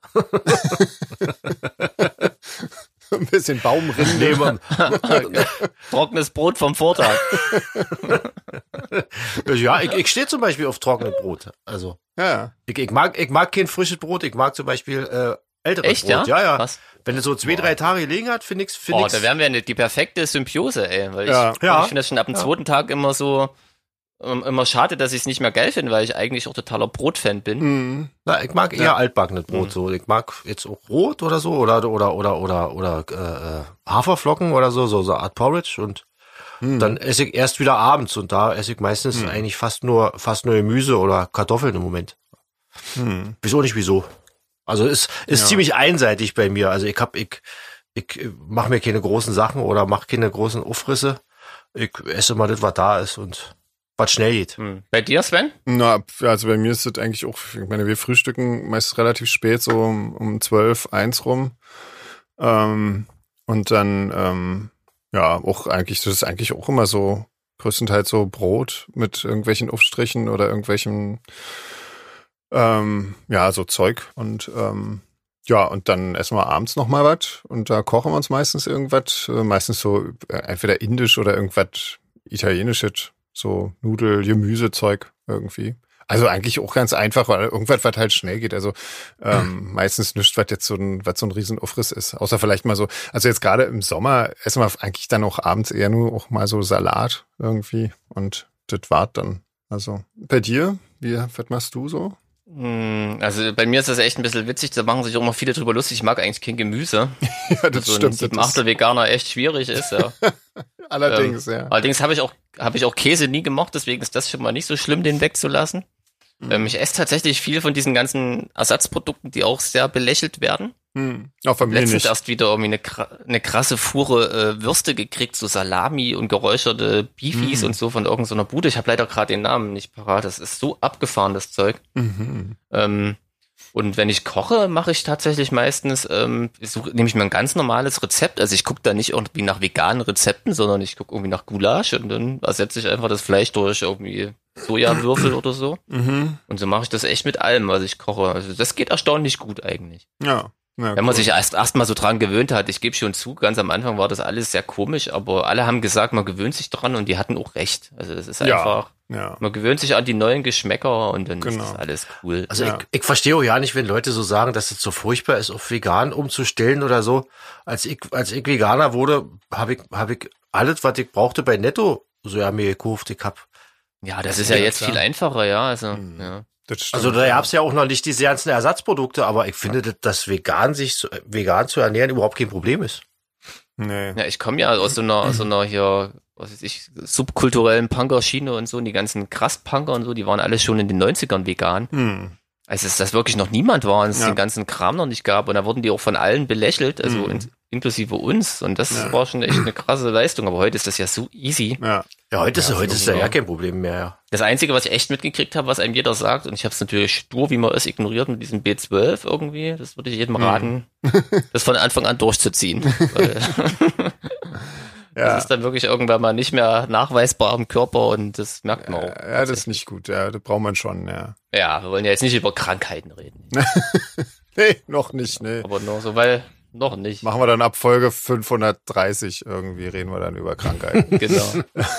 Ein bisschen Baumrinden nehmen. Trockenes Brot vom Vortag. Ja, ich, ich stehe zum Beispiel auf trockenes Brot. Also, Ja. ich, ich mag, ich mag kein frisches Brot. Ich mag zum Beispiel äh, älteres Echt, Brot. ja? Ja, ja. Krass. Wenn es so zwei, drei Tage gelegen hat, finde ich's, finde Oh, ich's. da wären wir eine, die perfekte Symbiose, ey. Weil Ja. ich, Ja. ich finde das schon ab dem Ja. zweiten Tag immer so, ähm, immer schade, dass ich es nicht mehr geil finde, weil ich eigentlich auch totaler Brotfan bin. Mhm. Na, ich mag eher Ja. altbackenes Brot. So, ich mag jetzt auch Brot oder so oder oder oder oder oder äh, äh, Haferflocken oder so, so so eine Art Porridge und Mhm. dann esse ich erst wieder abends und da esse ich meistens Hm. eigentlich fast nur fast nur Gemüse oder Kartoffeln im Moment. Mhm. Wieso nicht wieso? Also ist ist Ja. ziemlich einseitig bei mir. Also ich hab ich ich mache mir keine großen Sachen oder mache keine großen Aufrisse. Ich esse mal das, was da ist und was schnell geht. Hm. Bei dir, Sven? Na, also bei mir ist es eigentlich auch, ich meine, wir frühstücken meist relativ spät, so um, um zwölf, eins rum. Ähm, und dann, ähm, ja, auch eigentlich, das ist eigentlich auch immer so, größtenteils so Brot mit irgendwelchen Aufstrichen oder irgendwelchen, ähm, ja, so Zeug. Und ähm, ja, und dann essen wir abends noch mal was und da kochen wir uns meistens irgendwas, äh, meistens so äh, entweder indisch oder irgendwas italienisches, so Nudel, Gemüsezeug irgendwie. Also eigentlich auch ganz einfach, weil irgendwas, was halt schnell geht. Also ähm, meistens nichts, was jetzt so ein, was so ein Riesenaufriss ist. Außer vielleicht mal so, also jetzt gerade im Sommer essen wir eigentlich dann auch abends eher nur auch mal so Salat irgendwie und das war's dann. Also bei dir, wie, was machst du so? Hm, Also bei mir ist das echt ein bisschen witzig, da machen sich auch immer viele drüber lustig. Ich mag eigentlich kein Gemüse. Ja, das so ein stimmt. sieben Das Achtel Veganer echt schwierig ist, ja. allerdings, ähm, ja. Allerdings habe ich auch habe ich auch Käse nie gemocht, deswegen ist das schon mal nicht so schlimm, den wegzulassen. Mhm. Ähm, ich esse tatsächlich viel von diesen ganzen Ersatzprodukten, die auch sehr belächelt werden. Hm. Auch von mir Letztens nicht. erst wieder irgendwie eine, kra- eine krasse Fuhre äh, Würste gekriegt, so Salami und geräucherte Beefies Mm. und so von irgendeiner Bude. Ich habe leider gerade den Namen nicht parat. Das ist so abgefahren, das Zeug. Mhm. Ähm, und wenn ich koche, mache ich tatsächlich meistens, ähm, suche, nehme ich mir ein ganz normales Rezept. Also ich gucke da nicht irgendwie nach veganen Rezepten, sondern ich gucke irgendwie nach Gulasch und dann ersetze ich einfach das Fleisch durch irgendwie Sojawürfel oder so. Mhm. Und so mache ich das echt mit allem, was ich koche. Also das geht erstaunlich gut eigentlich. Ja. Ja, Wenn man cool. sich erst erst mal so dran gewöhnt hat, ich gebe schon zu, ganz am Anfang war das alles sehr komisch, aber alle haben gesagt, man gewöhnt sich dran und die hatten auch recht. Also das ist Ja. einfach, Ja. man gewöhnt sich an die neuen Geschmäcker und dann Genau. ist das alles cool. Also Ja. ich, ich verstehe auch ja nicht, wenn Leute so sagen, dass es so furchtbar ist, auf vegan umzustellen oder so. Als ich, als ich Veganer wurde, habe ich, habe ich alles, was ich brauchte bei Netto, so ja mir gekauft. Ich hab, Ja, das Ja, ist ja ja, jetzt klar. viel einfacher, ja. Also, Mhm. ja. Das stimmt, also da ja. gab's ja auch noch nicht diese ganzen Ersatzprodukte, aber ich finde, dass das vegan sich zu, vegan zu ernähren überhaupt kein Problem ist. Nee. Ja, ich komme ja aus so einer, aus so einer hier, was weiß ich, subkulturellen Punker-Schiene und so, und die ganzen Krass-Punker und so, die waren alle schon in den neunzigern vegan. Hm. Als es das wirklich noch niemand war und es Ja. den ganzen Kram noch nicht gab und da wurden die auch von allen belächelt, also Mhm. in, inklusive uns und das Ja. war schon echt eine krasse Leistung, aber heute ist das ja so easy. Ja. Ja, heute ist, Ja, heute so ist ja genau. gar kein Problem mehr. Ja. Das Einzige, was ich echt mitgekriegt habe, was einem jeder sagt, und ich habe es natürlich stur, wie man es ignoriert mit diesem B zwölf irgendwie, das würde ich jedem Mhm. raten, das von Anfang an durchzuziehen. Weil Ja. das ist dann wirklich irgendwann mal nicht mehr nachweisbar im Körper und das merkt man auch. Ja, das ist nicht gut. Ja, das braucht man schon, ja. Ja, wir wollen ja jetzt nicht über Krankheiten reden, Nee, noch nicht, nee. aber nur so, weil noch nicht. Machen wir dann ab Folge fünfhundertdreißig irgendwie, reden wir dann über Krankheiten. Genau.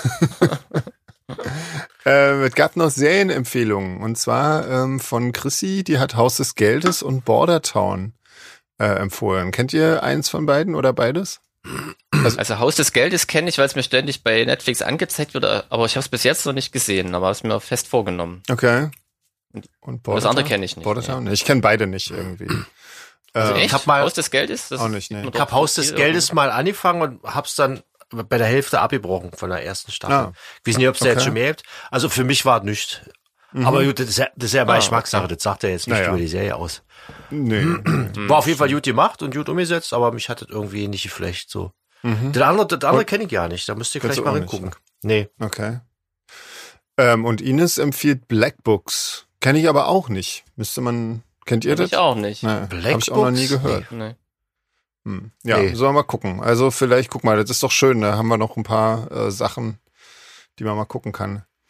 äh, es gab noch Serienempfehlungen und zwar ähm, von Chrissy, die hat Haus des Geldes und Bordertown äh, empfohlen. Kennt ihr eins von beiden oder beides? Also Haus des Geldes kenne ich, weil es mir ständig bei Netflix angezeigt wird, aber ich habe es bis jetzt noch nicht gesehen, aber habe es mir fest vorgenommen. Okay. Und Und das andere kenne ich nicht. Bordertown? Nee. Ich kenne beide nicht irgendwie. Also Ähm, echt? hab mal- Haus des Geldes? Das auch nicht, nee. ist mir Ich doch habe Haus zu des viel Geldes mal angefangen und hab's dann bei der Hälfte abgebrochen von der ersten Staffel. Ah. Ich weiß nicht, ob es da Okay. jetzt schon mehr gibt. Also für mich war es nichts. Mhm. Aber gut, das ist ja, das ist ja meine Ah, Geschmackssache. Das sagt ja jetzt nicht Naja. über die Serie aus. Nee. War auf jeden Fall gut gemacht und gut umgesetzt, aber mich hat das irgendwie nicht geflecht. So. Mhm. Das andere, das andere Und- kenne ich ja nicht. Da müsst ihr Kennst vielleicht du mal auch nicht, hingucken. Nee. Okay. Ähm, und Ines empfiehlt Black Books. Kenne ich aber auch nicht. Müsste man, kennt ihr Kenn das? ich auch nicht. Nee, Black hab ich auch noch nie Books? gehört. Nee. Hm. Ja, Nee. sollen wir mal gucken. Also vielleicht, guck mal, das ist doch schön, da haben wir noch ein paar äh, Sachen, die man mal gucken kann.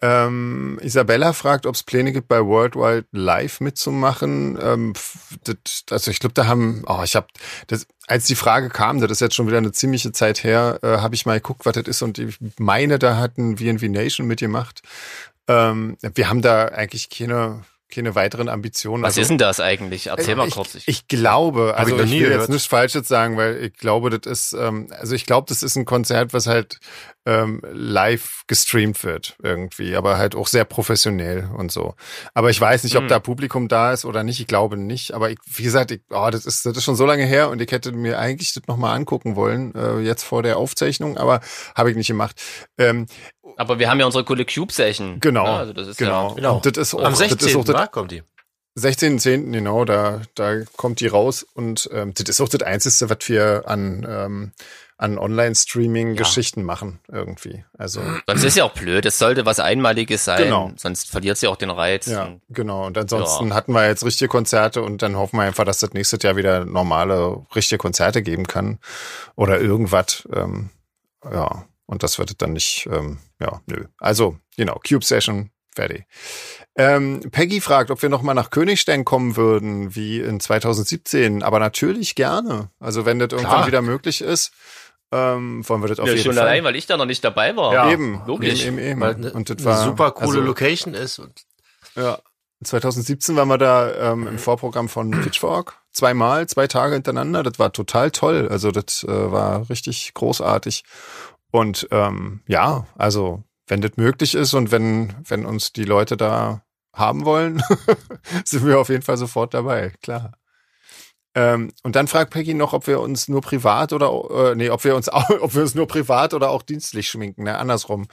Ähm, Isabella fragt, ob es Pläne gibt, bei Worldwide Live mitzumachen. Ähm, das, also ich glaube, da haben, oh, ich habe, als die Frage kam, das ist jetzt schon wieder eine ziemliche Zeit her, äh, habe ich mal geguckt, was das ist und ich meine, da hatten V N V Nation mitgemacht. Ähm, wir haben da eigentlich keine keine weiteren Ambitionen. Was also, ist denn das eigentlich? Erzähl mal ich, kurz. Ich, ich glaube, also ich, ich will gehört. jetzt nichts Falsches sagen, weil ich glaube, das ist, ähm, also ich glaube, das ist ein Konzert, was halt ähm, live gestreamt wird irgendwie, aber halt auch sehr professionell und so. Aber ich weiß nicht, ob hm. da Publikum da ist oder nicht. Ich glaube nicht. Aber ich, wie gesagt, ich, oh, das ist, das ist schon so lange her und ich hätte mir eigentlich das nochmal angucken wollen, äh, jetzt vor der Aufzeichnung, aber habe ich nicht gemacht. Ähm, Aber wir haben ja unsere coole Cube-Session. Genau, ja, also das ist genau. Ja, genau. Das ist auch, am sechzehnten Das ist auch das, kommt die. sechzehnten zehnten genau, da, da kommt die raus und ähm, das ist auch das Einzige, was wir an, ähm, an Online-Streaming-Geschichten ja. machen irgendwie. Also sonst ist ja auch blöd, es sollte was Einmaliges sein, genau. sonst verliert sie auch den Reiz. Ja, und, genau. Und ansonsten ja. hatten wir jetzt richtige Konzerte und dann hoffen wir einfach, dass das nächstes Jahr wieder normale, richtige Konzerte geben kann oder irgendwas. Ähm, ja, und das wird es dann nicht, ähm, ja, nö. Also, genau, Cube Session, fertig. Ähm, Peggy fragt, ob wir nochmal nach Königstein kommen würden, wie in zwanzig siebzehn. Aber natürlich gerne. Also wenn das irgendwann Klar. wieder möglich ist, ähm, wollen wir das auf ja, jeden schon Fall. allein, weil ich da noch nicht dabei war. Ja, eben, logisch. Eben, eben, eben. Weil eine, und das eine war super coole also, Location ist. Und ja, zwanzig siebzehn waren wir da ähm, im Vorprogramm von Pitchfork. Zweimal, zwei Tage hintereinander. Das war total toll. Also das äh, war richtig großartig. Und ähm, ja, also wenn das möglich ist und wenn wenn uns die Leute da haben wollen, sind wir auf jeden Fall sofort dabei, klar. Ähm, und dann fragt Peggy noch, ob wir uns nur privat oder äh, nee, ob wir uns auch, ob wir uns nur privat oder auch dienstlich schminken, ne, andersrum.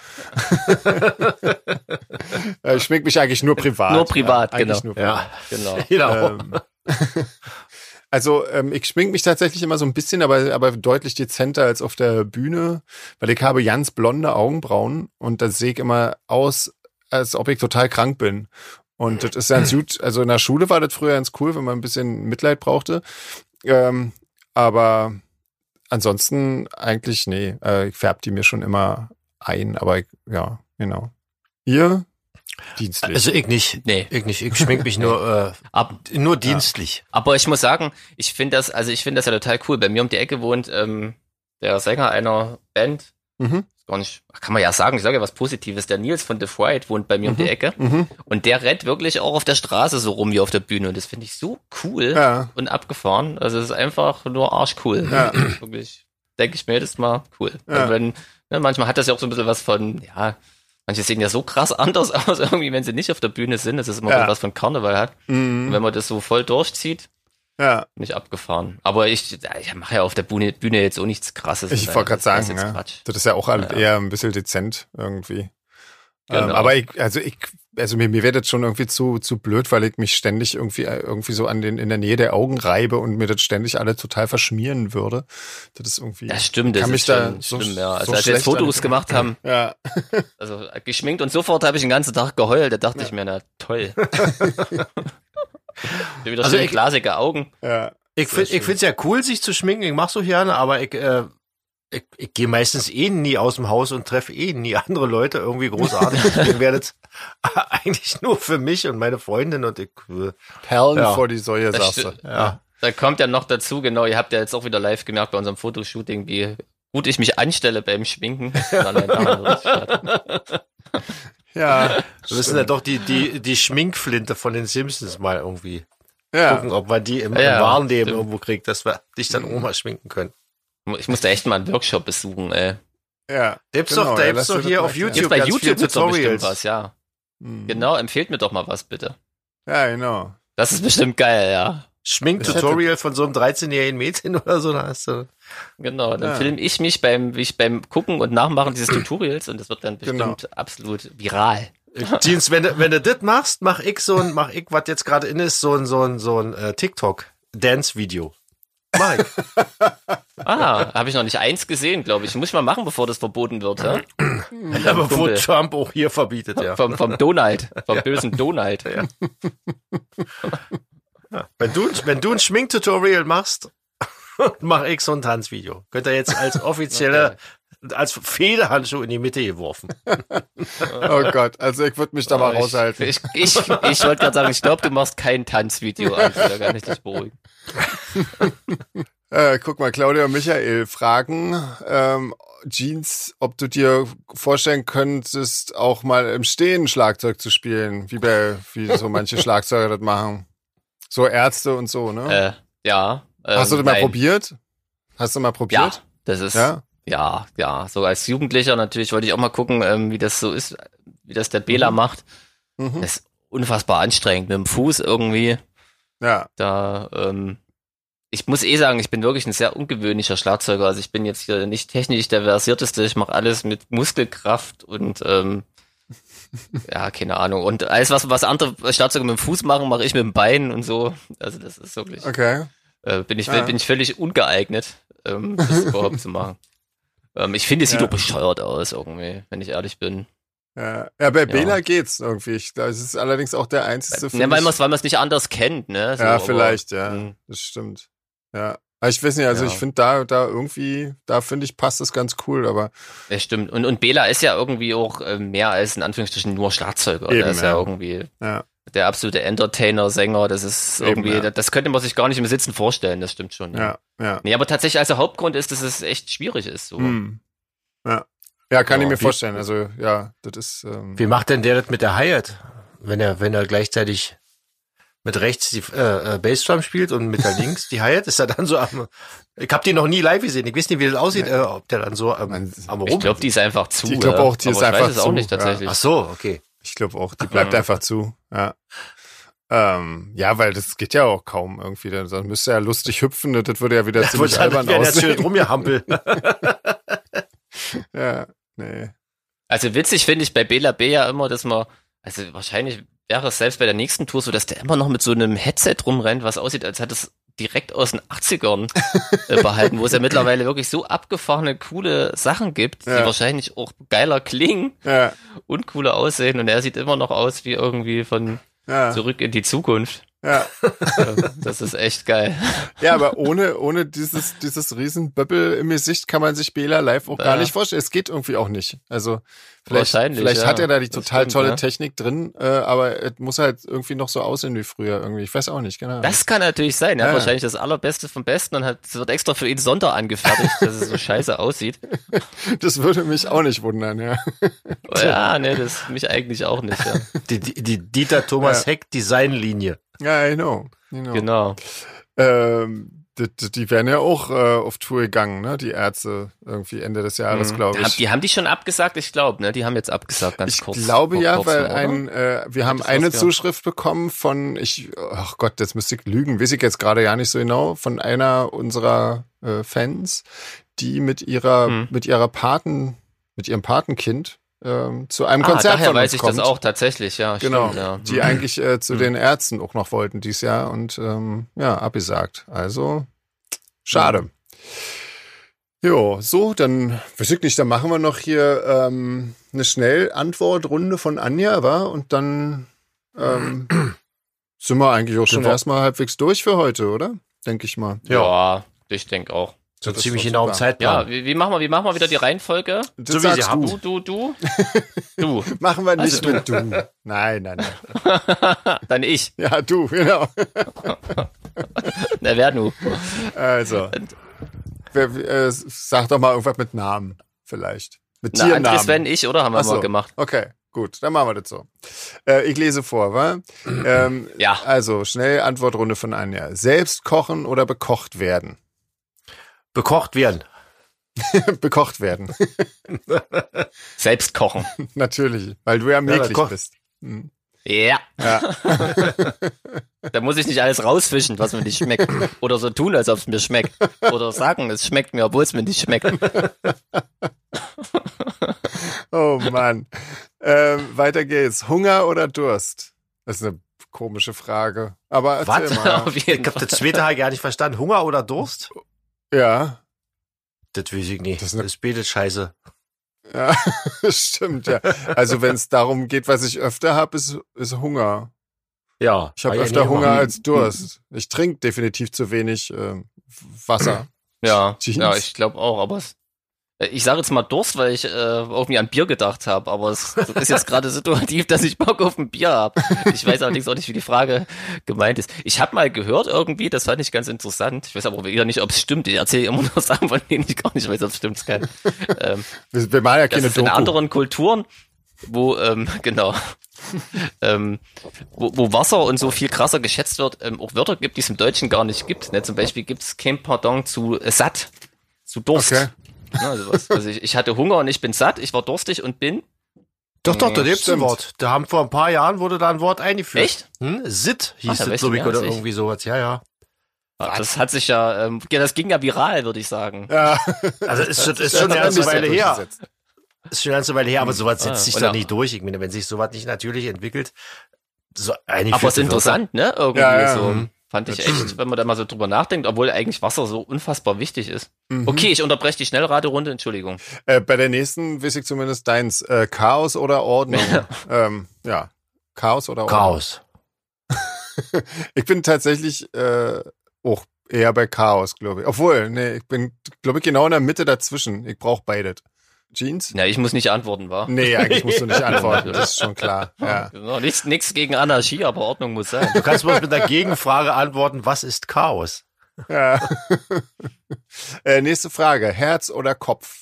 Ich schmink mich eigentlich nur privat. Nur privat, ja, genau. Nur privat. Ja, genau. genau. Ähm, Also ähm, ich schmink mich tatsächlich immer so ein bisschen, aber aber deutlich dezenter als auf der Bühne, weil ich habe ganz blonde Augenbrauen und das sehe ich immer aus, als ob ich total krank bin. Und das ist ganz gut, also in der Schule war das früher ganz cool, wenn man ein bisschen Mitleid brauchte. Ähm, aber ansonsten eigentlich, nee, äh, ich färb die mir schon immer ein, aber ich, ja, genau. Ihr? Dienstlich. Also ich nicht. Nee. Ich nicht. Ich schmink mich nur, äh, Ab, nur dienstlich. aber ich muss sagen, ich finde das, also ich finde das ja total cool. Bei mir um die Ecke wohnt ähm, der Sänger einer Band. Mhm. Gar nicht, kann man ja sagen, ich sage ja was Positives. Der Nils von The Fright wohnt bei mir Mhm. um die Ecke. Mhm. Und der rennt wirklich auch auf der Straße so rum wie auf der Bühne. Und das finde ich so cool Ja. und abgefahren. Also es ist einfach nur arschcool. Ja. Wirklich, denke ich mir jedes Mal, cool. Ja. Und wenn, ne, manchmal hat das ja auch so ein bisschen was von, ja, manche sehen ja so krass anders aus, irgendwie, wenn sie nicht auf der Bühne sind. Das ist immer Ja. so was von Karneval hat. Mhm. Und wenn man das so voll durchzieht, Ja. nicht abgefahren. Aber ich, ich mache ja auf der Bühne, Bühne jetzt auch nichts Krasses. Ich wollte gerade Das ist sagen, jetzt ja. Quatsch. Das ist ja auch halt Ja. eher ein bisschen dezent irgendwie. Genau. Ähm, aber ich, also ich, also mir, mir wird das schon irgendwie zu, zu blöd, weil ich mich ständig irgendwie, irgendwie so an den, in der Nähe der Augen reibe und mir das ständig alle total verschmieren würde. Das ist irgendwie. Das stimmt, das kann ist mich da schon so- schlimm, ja. Also so als wir jetzt schlecht Fotos an- gemacht haben, Ja. also geschminkt und sofort habe ich den ganzen Tag geheult, da dachte ich mir, na toll. Wieder Also schöne ich- glasige Augen. Ja. Ich finde ich find's ja cool, sich zu schminken. Ich mach so gerne, aber ich, äh, ich, ich gehe meistens eh nie aus dem Haus und treffe eh nie andere Leute irgendwie großartig. Deswegen wäre das eigentlich nur für mich und meine Freundin und ich. Äh, Perlen Ja. vor die Säue, Das sagst du. sti- ja. Da kommt ja noch dazu, genau, ihr habt ja jetzt auch wieder live gemerkt bei unserem Fotoshooting, wie gut ich mich anstelle beim Schminken. Allein daran wird es statt. Ja. Wir müssen ja doch die, die, die Schminkflinte von den Simpsons mal irgendwie Ja. gucken, ob man die im, Ja, im wahren Leben stimmt. irgendwo kriegt, dass wir dich dann auch mal schminken können. Ich muss da echt mal einen Workshop besuchen, ey. Ja. Gibt's Genau, doch, da ja, gibt's lass doch dir hier das auf mal YouTube Jetzt bei ganz YouTube viele gibt's doch bestimmt Tutorials. was, ja. Mhm. Genau, empfehlt mir doch mal was, bitte. Ja, genau. Das ist bestimmt geil, ja. Schminktutorial von so einem dreizehnjährigen Mädchen oder so, da hast du. Genau, dann Ja. filme ich mich beim, wie ich beim Gucken und Nachmachen dieses Tutorials und das wird dann bestimmt Genau. absolut viral. Jeans, wenn du, wenn du das machst, mach ich so ein, mach ich, was jetzt gerade in ist, so ein, so ein, so ein äh, TikTok-Dance-Video. Mach ich. Ah, habe ich noch nicht eins gesehen, glaube ich. Muss ich mal machen, bevor das verboten wird, ja? Ja, bevor Kumpel. Trump auch hier verbietet, ja. Vom, vom Donald, vom bösen Donald. Ja. Wenn du, wenn du ein Schminktutorial machst, und mache ich so ein Tanzvideo. Könnt ihr jetzt als offizielle, okay. als Federhandschuh in die Mitte geworfen. Oh Gott, also ich würde mich da mal Oh, raushalten. Ich, ich, ich, ich wollte gerade sagen, ich glaube, du machst kein Tanzvideo an, da kann ich dich beruhigen. Äh, guck mal, Claudia und Michael fragen, ähm, Jeans, ob du dir vorstellen könntest, auch mal im Stehen Schlagzeug zu spielen, wie bei, wie so manche Schlagzeuger das machen. So Ärzte und so, ne? Äh, ja. Ähm, Hast du das mal nein. probiert? Hast du mal Ja, probiert? das ist, Ja? ja, ja, so als Jugendlicher natürlich wollte ich auch mal gucken, ähm, wie das so ist, wie das der Bela Mhm. macht. Mhm. Das ist unfassbar anstrengend mit dem Fuß irgendwie. Ja. Da, ähm, ich muss eh sagen, ich bin wirklich ein sehr ungewöhnlicher Schlagzeuger. Also ich bin jetzt hier nicht technisch der versierteste. Ich mache alles mit Muskelkraft und ähm, ja, keine Ahnung. Und alles, was was andere Schlagzeuger mit dem Fuß machen, mache ich mit dem Bein und so. Also das ist wirklich, Okay. äh, bin ich Ja. bin ich völlig ungeeignet, ähm, das überhaupt zu machen. Ähm, ich finde, es sieht Ja. doch bescheuert aus irgendwie, wenn ich ehrlich bin. Ja, ja bei Ja. Bela geht's irgendwie. Ich- Das ist allerdings auch der einzige Ja, finde weil ich- man es weil man es nicht anders kennt, ne? So, Ja, aber, vielleicht, ja. ähm, Das stimmt. Ja. Aber ich weiß nicht, also Ja. ich finde da, da irgendwie, da finde ich, passt das ganz cool, aber Ja, stimmt. Und, und Bela ist ja irgendwie auch äh, mehr als in Anführungsstrichen nur Schlagzeuger. Eben, Der ist ja, ja. irgendwie ja. der absolute Entertainer, Sänger. Das ist Eben, irgendwie, ja. das, das könnte man sich gar nicht im Sitzen vorstellen. Das stimmt schon. Ja, ja. Nee, aber tatsächlich, also Hauptgrund ist, dass es echt schwierig ist. So. Hm. Ja. Ja, kann Ja, ich mir wie- vorstellen. Also, ja, das ist, ähm, Wie macht denn der das mit der Hi-Hat? Wenn er, wenn er gleichzeitig mit rechts die äh, äh, Bassdrum spielt und mit der links die Hi-Hat, ist er dann so am, ich hab die noch nie live gesehen, ich weiß nicht, wie das aussieht, äh, ob der dann so am, Man- am Ich rum. glaube, die ist einfach zu. Ich glaub ja. auch, die aber ist ich einfach weiß es auch zu, nicht ja. tatsächlich. Ach so, okay. ich glaube auch, die bleibt Ja. einfach zu. Ja. Ähm, ja, weil das geht ja auch kaum irgendwie. Dann dann müsste er ja lustig hüpfen, das das würde ja wieder ziemlich Wird dann albern werden jetzt schön aussehen. rumgehampelt. Ja, nee. Also witzig finde ich bei Bela B ja immer, dass man, also wahrscheinlich wäre es selbst bei der nächsten Tour so, dass der immer noch mit so einem Headset rumrennt, was aussieht, als hätte es direkt aus den achtzigern äh, behalten, wo es ja mittlerweile wirklich so abgefahrene, coole Sachen gibt, Ja. die wahrscheinlich auch geiler klingen Ja, und cooler aussehen. Und er sieht immer noch aus wie irgendwie von ja, Zurück in die Zukunft. ja. Ähm, Das ist echt geil. Ja, aber ohne, ohne dieses, dieses riesen Böppel im Gesicht kann man sich Bela live auch gar Ja. nicht vorstellen. Es geht irgendwie auch nicht. Also vielleicht, Wahrscheinlich, vielleicht ja. hat er da die Das total stimmt, tolle ja. Technik drin, äh, aber es muss halt irgendwie noch so aussehen wie früher irgendwie. Ich weiß auch nicht, genau. Das kann natürlich sein. Er hat Ja. wahrscheinlich das Allerbeste vom Besten und hat, es wird extra für ihn Sonder angefertigt, dass es so scheiße aussieht. Das würde mich auch nicht wundern, ja. Ja, ne, das mich eigentlich auch nicht, ja. Die, die, die Dieter Thomas Ja. Heck Designlinie. Ja, I know. I know. Genau. Ähm, die, die die werden ja auch äh, auf Tour gegangen, ne? Die Ärzte irgendwie Ende des Jahres, Mhm. glaube Hab- ich. Die haben die schon abgesagt, ich glaube, ne? Die haben jetzt abgesagt, ganz Ich kurz. glaube vor ja, kurzem, weil oder? ein, äh, wir haben das eine was, ja. Zuschrift bekommen von, ich, ach Gott, jetzt müsste ich lügen, weiß ich jetzt gerade ja nicht so genau, von einer unserer äh, Fans, die mit ihrer, Hm. mit ihrer Paten, mit ihrem Patenkind ähm, zu einem Ah, Konzert daher von uns weiß ich kommt. das auch tatsächlich, ja. Genau, Stimmt, ja. die eigentlich äh, zu Hm. den Ärzten auch noch wollten dieses Jahr und ähm, ja, abgesagt. Also, schade. Jo, so, dann weiß ich nicht, dann machen wir noch hier ähm, eine Schnellantwortrunde von Anja, wa? Und dann ähm, sind wir eigentlich auch schon Sind wir- erstmal halbwegs durch für heute, oder? Denke ich mal. Ja, ich denke auch. So Das ist ziemlich doch genau im super. Zeitplan. Ja, wie, wie machen wir, wie machen wir wieder die Reihenfolge? Das So wie sagst sie haben. du. Du, du, du. Du. Machen wir nicht Also mit du. Nein, nein, nein. Dann ich. Ja, du, genau. Na, wer du? Also, wer, äh, sag doch mal irgendwas mit Namen, vielleicht. Mit Na, Tiernamen. Andres, wenn ich, oder? Haben wir Ach so. mal gemacht. Okay, gut, dann machen wir das so. Äh, ich lese vor, wa? Ähm, Ja. Also, schnell Antwortrunde von Anja. Selbst kochen oder bekocht werden? Bekocht werden. Bekocht werden. Selbst kochen. Natürlich, weil du ja möglich koch- bist. Hm. Ja. Ja. Da muss ich nicht alles rausfischen, was mir nicht schmeckt. Oder so tun, als ob es mir schmeckt. Oder sagen, es schmeckt mir, obwohl es mir nicht schmeckt. Oh Mann. Ähm, weiter geht's. Hunger oder Durst? Das ist eine komische Frage. Aber erzähl Was? mal. Auf jeden Ich habe Fall. das zweite Haar gar nicht verstanden. Hunger oder Durst? Ja, Das weiß ich nicht. Das Das, ist eine- das betet scheiße. ja, stimmt, ja. Also wenn es darum geht, was ich öfter habe, ist, ist Hunger. Ja. Ich habe war ja öfter nie Hunger immer. als Durst. Ich trinke definitiv zu wenig äh, Wasser. Ja, Jeans. ja, ich glaube auch, aber es, ich sage jetzt mal Durst, weil ich äh, irgendwie an Bier gedacht habe, aber es ist jetzt gerade situativ, dass ich Bock auf ein Bier habe. Ich weiß allerdings auch nicht, wie die Frage gemeint ist. Ich habe mal gehört irgendwie, das fand ich ganz interessant. Ich weiß aber wieder nicht, ob es stimmt. Ich erzähle immer nur Sachen, von denen ich gar nicht weiß, ob es stimmt. Ähm, wir, wir machen ja keine das ist in Doku. anderen Kulturen, wo, ähm, genau, ähm, wo, wo Wasser und so viel krasser geschätzt wird, ähm, auch Wörter gibt, die es im Deutschen gar nicht gibt. Ne? Zum Beispiel gibt es kein Pardon zu äh, satt, zu Durst. Okay. Ja, also was. Also ich, ich hatte Hunger und ich bin satt, ich war durstig und bin. Doch, doch, da gibt's ein stimmt. Wort. Da haben vor ein paar Jahren wurde da ein Wort eingeführt. Echt? Hm? Sit Ach, hieß da das, weißt glaube du ich, mehr oder als ich. irgendwie sowas. Ja, ja. Das hat sich ja, ähm, ja, das ging ja viral, würde ich sagen. Ja. Also ist, schon- ist Ja, schon eine das ganze ist ja Weile her. durchgesetzt. Ist schon eine ganze Weile her, aber sowas setzt Ah, sich oder- da nicht durch. Ich meine, wenn sich sowas nicht natürlich entwickelt, so einige Aber es ist interessant, ne? Irgendwie Ja, ja. so. Mhm. Fand ich Das echt, stimmt. wenn man da mal so drüber nachdenkt, obwohl eigentlich Wasser so unfassbar wichtig ist. Mhm. Okay, ich unterbreche die Schnellraterunde, Entschuldigung. Äh, bei der nächsten weiß ich zumindest deins. Äh, Chaos oder Ordnung? ähm, ja. Chaos oder Ordnung? Chaos. Ich bin tatsächlich äh, auch eher bei Chaos, glaube ich. Obwohl, nee, ich bin, glaube ich, genau in der Mitte dazwischen. Ich brauche beides. Jeans? Ja, ich muss nicht antworten, wa? Nee, eigentlich musst du nicht antworten. Das ist schon klar. Ja. Genau, nichts, nichts gegen Anarchie, aber Ordnung muss sein. Du kannst bloß mit einer Gegenfrage antworten, was ist Chaos? Ja. äh, nächste Frage. Herz oder Kopf?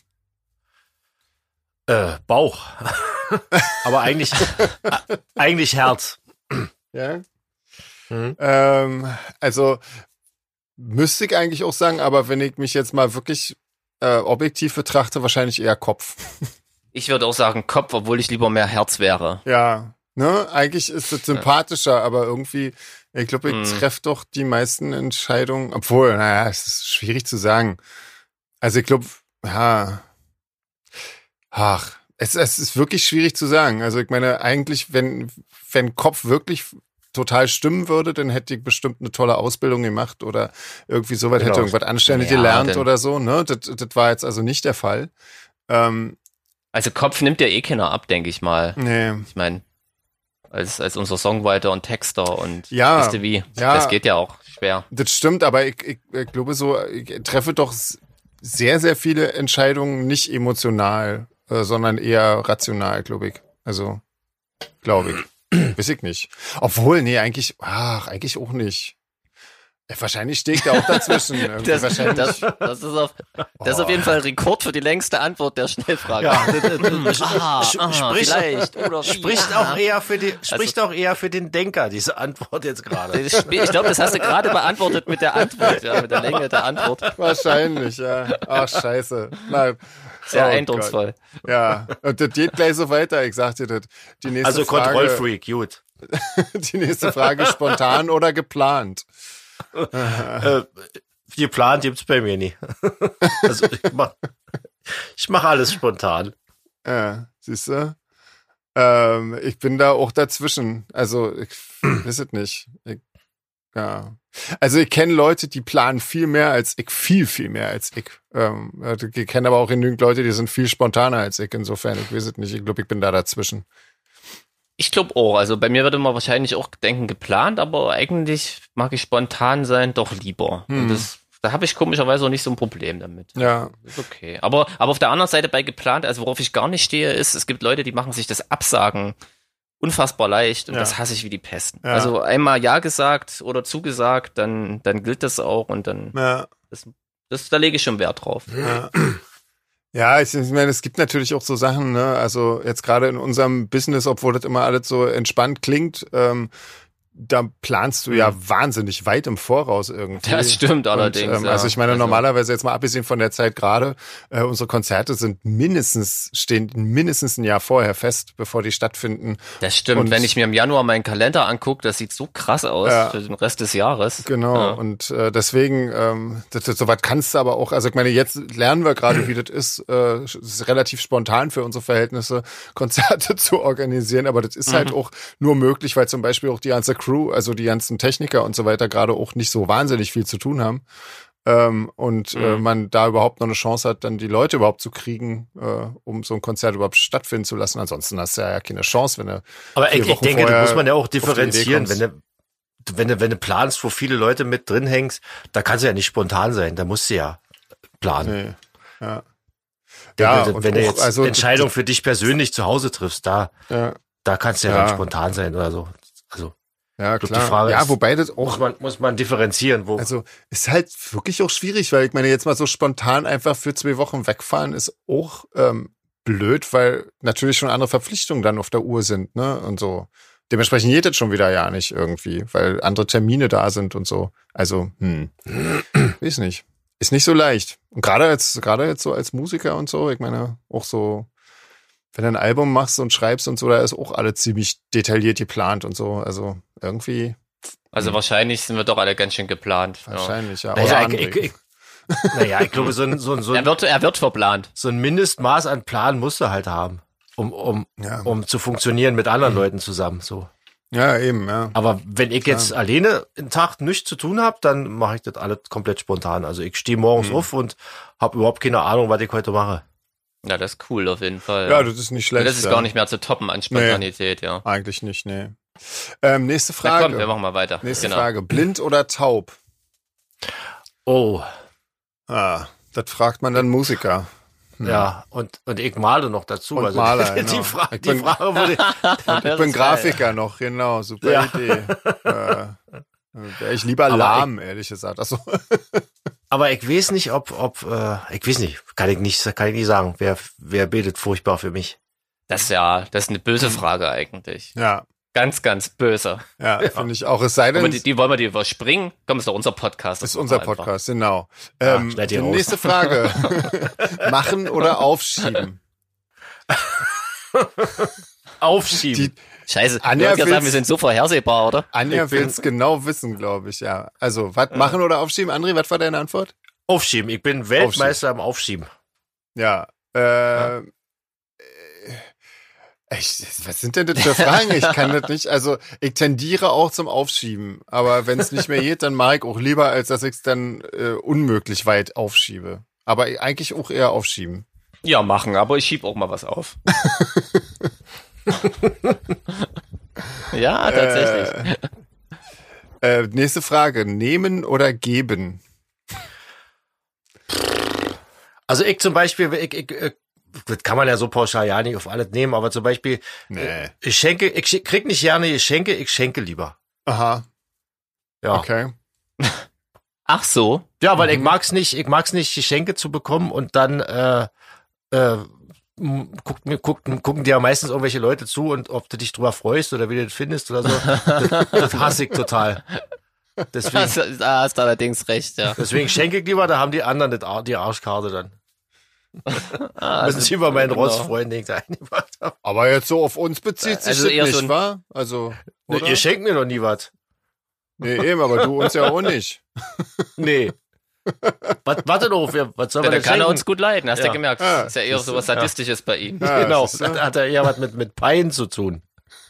Äh, Bauch. Aber eigentlich, äh, eigentlich Herz. Ja. Mhm. Ähm, also müsste ich eigentlich auch sagen, aber wenn ich mich jetzt mal wirklich äh, objektiv betrachte, wahrscheinlich eher Kopf. Ich würde auch sagen Kopf, obwohl ich lieber mehr Herz wäre. Ja, ne? Eigentlich ist es sympathischer, aber irgendwie, ich glaube, ich Mhm. treffe doch die meisten Entscheidungen, obwohl, naja, es ist schwierig zu sagen. Also ich glaube, ja, ach, es, es ist wirklich schwierig zu sagen. Also ich meine, eigentlich, wenn, wenn Kopf wirklich total stimmen würde, dann hätte ich bestimmt eine tolle Ausbildung gemacht oder irgendwie soweit Genau. hätte irgendwas anständig Ja, gelernt denn- oder so, ne? Das, das war jetzt also nicht der Fall. Ähm, Also Kopf nimmt ja eh keiner ab, denke ich mal. nee. Ich meine, als, als unser Songwriter und Texter und Ja, wisst ihr wie, ja. das geht ja auch schwer. Das stimmt, aber ich, ich, ich glaube so, ich treffe doch s- sehr, sehr viele Entscheidungen nicht emotional, äh, sondern eher rational, glaube ich. Also, glaube ich. Weiß ich nicht. Obwohl, nee, eigentlich, ach, eigentlich auch nicht. Ja, wahrscheinlich stehe ich da auch dazwischen. Irgendwie Das, wahrscheinlich. das, das, ist auf, das ist auf jeden Fall Rekord für die längste Antwort der Schnellfrage. Ja, das, das, das, Aha, sch- aha, spricht, vielleicht, oder wie, spricht aha. auch eher für die, spricht auch eher für den Denker, diese Antwort jetzt gerade. Ich glaube, das hast du gerade beantwortet mit der Antwort, ja, mit der Länge der Antwort. Wahrscheinlich, ja. Ach, scheiße. Nein. Sehr Oh eindrucksvoll. Gott. Ja. Und das geht gleich so weiter, ich sag dir das. Die nächste Also Frage, Kontrollfreak, gut. die nächste Frage, spontan oder geplant? Äh, geplant gibt's bei mir nie. Also ich mach, ich mach alles spontan. Ja, siehst du? Ähm, ich bin da auch dazwischen. Also, ich weiß es nicht. Ich, ja. Also, ich kenne Leute, die planen viel mehr als ich, viel, viel mehr als ich. Ähm, ich kenne aber auch genügend Leute, die sind viel spontaner als ich. Insofern, ich weiß es nicht. Ich glaube, ich bin da dazwischen. Ich glaube auch. Also bei mir würde man wahrscheinlich auch denken geplant, aber eigentlich mag ich spontan sein doch lieber. Hm. Und das, da habe ich komischerweise auch nicht so ein Problem damit. Ja. Ist okay. Aber, aber auf der anderen Seite bei geplant, also worauf ich gar nicht stehe, ist, es gibt Leute, die machen sich das Absagen unfassbar leicht und Ja. das hasse ich wie die Pesten. Ja. Also einmal Ja gesagt oder zugesagt, dann, dann gilt das auch und dann, Ja. das, da lege ich schon Wert drauf. Ja. Ja, ich ich meine, es gibt natürlich auch so Sachen, ne, also jetzt gerade in unserem Business, obwohl das immer alles so entspannt klingt, ähm, da planst du ja wahnsinnig weit im Voraus irgendwie. Das stimmt allerdings. Und, ähm, ja. Also ich meine, Also- normalerweise jetzt mal abgesehen von der Zeit gerade, äh, unsere Konzerte sind mindestens, stehen mindestens ein Jahr vorher fest, bevor die stattfinden. Das stimmt. Und- Wenn ich mir im Januar meinen Kalender angucke, das sieht so krass aus Ja. für den Rest des Jahres. Genau, Ja. und äh, deswegen, ähm, das, das, soweit kannst du aber auch, also ich meine, jetzt lernen wir gerade, wie das ist, äh, es ist relativ spontan für unsere Verhältnisse, Konzerte zu organisieren, aber das ist halt auch nur möglich, weil zum Beispiel auch die ganze Crew, also die ganzen Techniker und so weiter gerade auch nicht so wahnsinnig viel zu tun haben. Ähm, und äh, Mhm. man da überhaupt noch eine Chance hat, dann die Leute überhaupt zu kriegen, äh, um so ein Konzert überhaupt stattfinden zu lassen. Ansonsten hast du ja keine Chance, wenn du Aber vier ich, ich Wochen denke, da vorher muss man ja auch auf die Idee differenzieren. kommst. Wenn du, wenn du, wenn du planst, wo viele Leute mit drin hängst, da kannst du ja nicht spontan sein, da musst du ja planen. Nee. Ja. Ja, Ja, wenn, wenn du auch, jetzt also, Entscheidungen für dich persönlich zu Hause triffst, da, Ja, da kannst du ja, Ja. dann spontan sein oder so. Also, ja Ich glaub, klar. die Frage ja, ist- wobei das muss auch, man, muss man differenzieren, wo, also ist halt wirklich auch schwierig, weil ich meine, jetzt mal so spontan einfach für zwei Wochen wegfahren ist auch ähm, blöd, weil natürlich schon andere Verpflichtungen dann auf der Uhr sind, ne? Und so. Dementsprechend geht das schon wieder ja nicht irgendwie, weil andere Termine da sind und so. Also, hm, weiß nicht. Ist nicht so leicht. Und gerade als, gerade jetzt so als Musiker und so, ich meine, auch so, wenn du ein Album machst und schreibst und so, da ist auch alles ziemlich detailliert geplant und so. Also irgendwie Also wahrscheinlich sind wir doch alle ganz schön geplant. Ja. wahrscheinlich, ja. naja, Außer ich, André. ich, ich, naja, ich glaube, so ein, so ein, so Er ein, wird, er wird verplant. so ein Mindestmaß an Plan musst du halt haben, um, um, Ja. um zu funktionieren mit anderen Leuten zusammen, so. Ja, eben, ja. Aber wenn ich jetzt alleine einen Tag nichts zu tun habe, dann mache ich das alles komplett spontan. Also ich stehe morgens Mhm. auf und habe überhaupt keine Ahnung, was ich heute mache. Ja, das ist cool auf jeden Fall. Ja, das ist nicht schlecht. das ist ja. gar nicht mehr zu toppen an Spontanität, ja. Eigentlich nicht, nee. Ähm, nächste Na Frage. komm, wir machen mal weiter. nächste Genau. Frage. Blind oder taub? Oh, Ah, das fragt man dann Musiker. ja, und, und ich male noch dazu. Und also Maler, die, genau. Fra Ich die bin- Frage wurde, Ich bin Grafiker noch, genau. Super Ja. Idee. äh, Wäre ich lieber Aber lahm, ehrlich gesagt. Achso. aber ich weiß nicht, ob, ob, äh, ich weiß nicht, kann ich nicht, kann ich nicht sagen, wer, wer bildet furchtbar für mich. Das ist ja, das ist eine böse Frage eigentlich. Ja, Ganz, ganz böse. ja, finde ich auch. Es sei denn, Aber die, die wollen wir die überspringen? Komm, ist doch unser Podcast. das ist machen unser wir einfach. Podcast, genau. Ja, Ähm, schneid die die raus. nächste Frage. Machen oder aufschieben? Aufschieben. Die, Scheiße, Anja Anja, will's- sagen, wir sind so vorhersehbar, oder? Anja Ich bin- will es genau wissen, glaube ich, ja. Also, was machen oder aufschieben? André, was war deine Antwort? Aufschieben. Ich bin Weltmeister im Aufschieben. Ja. Äh, ich, was sind denn das für Fragen? Ich kann das nicht. Also, ich tendiere auch zum Aufschieben. Aber wenn es nicht mehr geht, dann mache ich auch lieber, als dass ich es dann äh, unmöglich weit aufschiebe. Aber eigentlich auch eher aufschieben. Ja, machen, aber ich schieb auch mal was auf. Ja, tatsächlich. Äh, äh, nächste Frage. Nehmen oder geben? Also ich zum Beispiel, ich, ich, ich, das kann man ja so pauschal ja nicht auf alles nehmen, aber zum Beispiel, Nee. ich schenke, ich sch- krieg nicht gerne Geschenke, ich schenke lieber. Aha, Ja. okay. Ach so. Ja, weil Mhm. ich mag's nicht, ich mag's nicht, Geschenke zu bekommen und dann äh, äh, m- guckt mir, guckt, gucken dir ja meistens irgendwelche Leute zu und ob du dich drüber freust oder wie du das findest oder so. das, das hasse ich total. Deswegen, Hast, da hast du allerdings recht, ja. deswegen schenke ich lieber, da haben die anderen das, Ar- die Arschkarte dann. Ah, Müssen sich über meinen genau. Ross freuen, den ich da eingebracht habe. Aber jetzt so auf uns bezieht sich Also das eher nicht, so ein- wahr? Also, oder? Ihr schenkt mir doch nie was. Nee, eben, aber du uns ja auch nicht. Nee. Was, warte doch, wer- was soll Ja, man dann denn kann er schenken? uns gut leiden, hast du Ja. ja gemerkt. Ja, Das ist ja eher so was Sadistisches bei ihm. Ja, Genau, siehst du? das hat er eher was mit, mit Pein zu tun.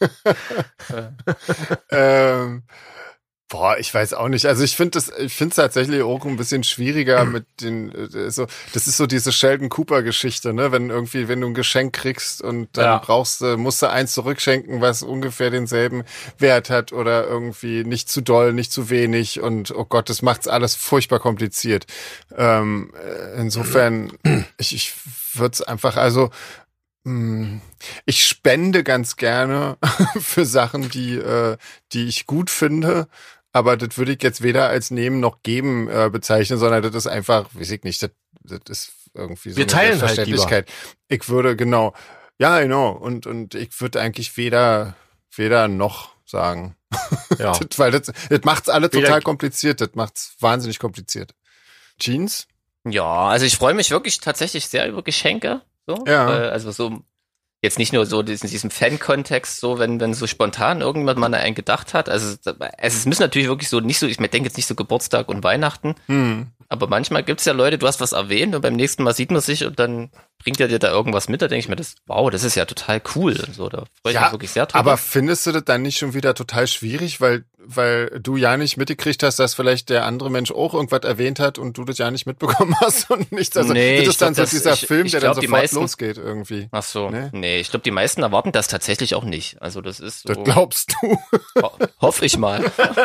ähm, boah, ich weiß auch nicht. Also ich finde das, ich finde es tatsächlich auch ein bisschen schwieriger mit den, äh, so, das ist so diese Sheldon Cooper Geschichte, ne? Wenn irgendwie, wenn du ein Geschenk kriegst und dann Ja. brauchst du, musst du eins zurückschenken, was ungefähr denselben Wert hat oder irgendwie nicht zu doll, nicht zu wenig und oh Gott, das macht's alles furchtbar kompliziert. Ähm, äh, insofern, ich, ich würde es einfach, also mh, ich spende ganz gerne für Sachen, die, äh, die ich gut finde. Aber das würde ich jetzt weder als nehmen noch geben äh, bezeichnen, sondern das ist einfach, weiß ich nicht, das, das ist irgendwie so Wir eine teilen halt Selbstverständlichkeit. Ich würde, genau, ja, genau, und, und ich würde eigentlich weder, weder noch sagen. Ja. Das, weil das, das macht's alle Weder- total kompliziert, das macht's wahnsinnig kompliziert. Jeans? Ja, also ich freue mich wirklich tatsächlich sehr über Geschenke. So. Ja. Weil, also so, jetzt nicht nur so in diesem Fan-Kontext, so wenn, wenn so spontan irgendjemand mal an einen gedacht hat. Also es müssen natürlich wirklich so nicht so, ich denke jetzt nicht so Geburtstag und Weihnachten, Hm. Aber manchmal gibt's ja Leute, du hast was erwähnt und beim nächsten Mal sieht man sich und dann bringt er dir da irgendwas mit, da denke ich mir, das, wow, das ist ja total cool. So, da freue ich Ja, mich wirklich sehr drüber. aber findest du das dann nicht schon wieder total schwierig, weil, weil du ja nicht mitgekriegt hast, dass vielleicht der andere Mensch auch irgendwas erwähnt hat und du das ja nicht mitbekommen hast und nichts. Also Nee, das ich ist dann glaub, so das- dieser ich- Film, ich der glaub, dann die sofort meisten- losgeht irgendwie. Ach so, Nee? nee, ich glaube, die meisten erwarten das tatsächlich auch nicht. Also das ist so, Das glaubst du. ho hoffe ich mal.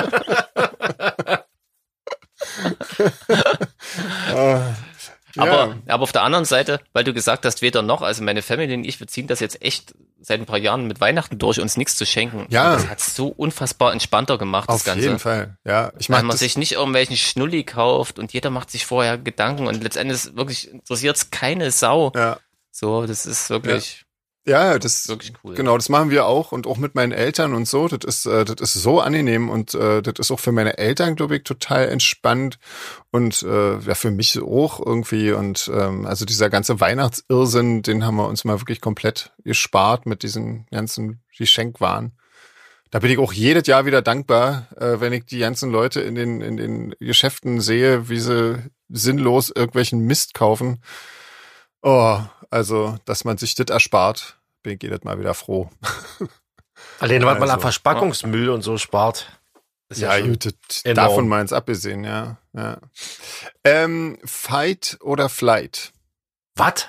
Ah, Aber, ja. aber auf der anderen Seite, weil du gesagt hast, weder noch, also meine Family und ich, wir ziehen das jetzt echt seit ein paar Jahren mit Weihnachten durch, uns nichts zu schenken. Ja. Und das hat so unfassbar entspannter gemacht, das Auf Ganze. jeden Fall. Ja, ich Weil mag man das. sich nicht irgendwelchen Schnulli kauft und jeder macht sich vorher Gedanken und letztendlich wirklich interessiert's keine Sau. Ja, So, das ist wirklich, ja, das wirklich cool. Genau, das machen wir auch und auch mit meinen Eltern und so. Das ist, äh, das ist so angenehm und äh, das ist auch für meine Eltern, glaube ich, total entspannt und äh, ja für mich auch irgendwie. Und ähm, also dieser ganze Weihnachtsirrsinn, den haben wir uns mal wirklich komplett gespart mit diesen ganzen Geschenkwaren. Da bin ich auch jedes Jahr wieder dankbar, äh, wenn ich die ganzen Leute in den in den Geschäften sehe, wie sie sinnlos irgendwelchen Mist kaufen. Oh, also, dass man sich das erspart, bin ich jedes Mal wieder froh. Alleine, was man Also, an Verspackungsmüll und so spart. Ist Ja, schon gut, das, enorm. davon mal ins abgesehen, ja. ja. Ähm, Fight oder Flight? Was?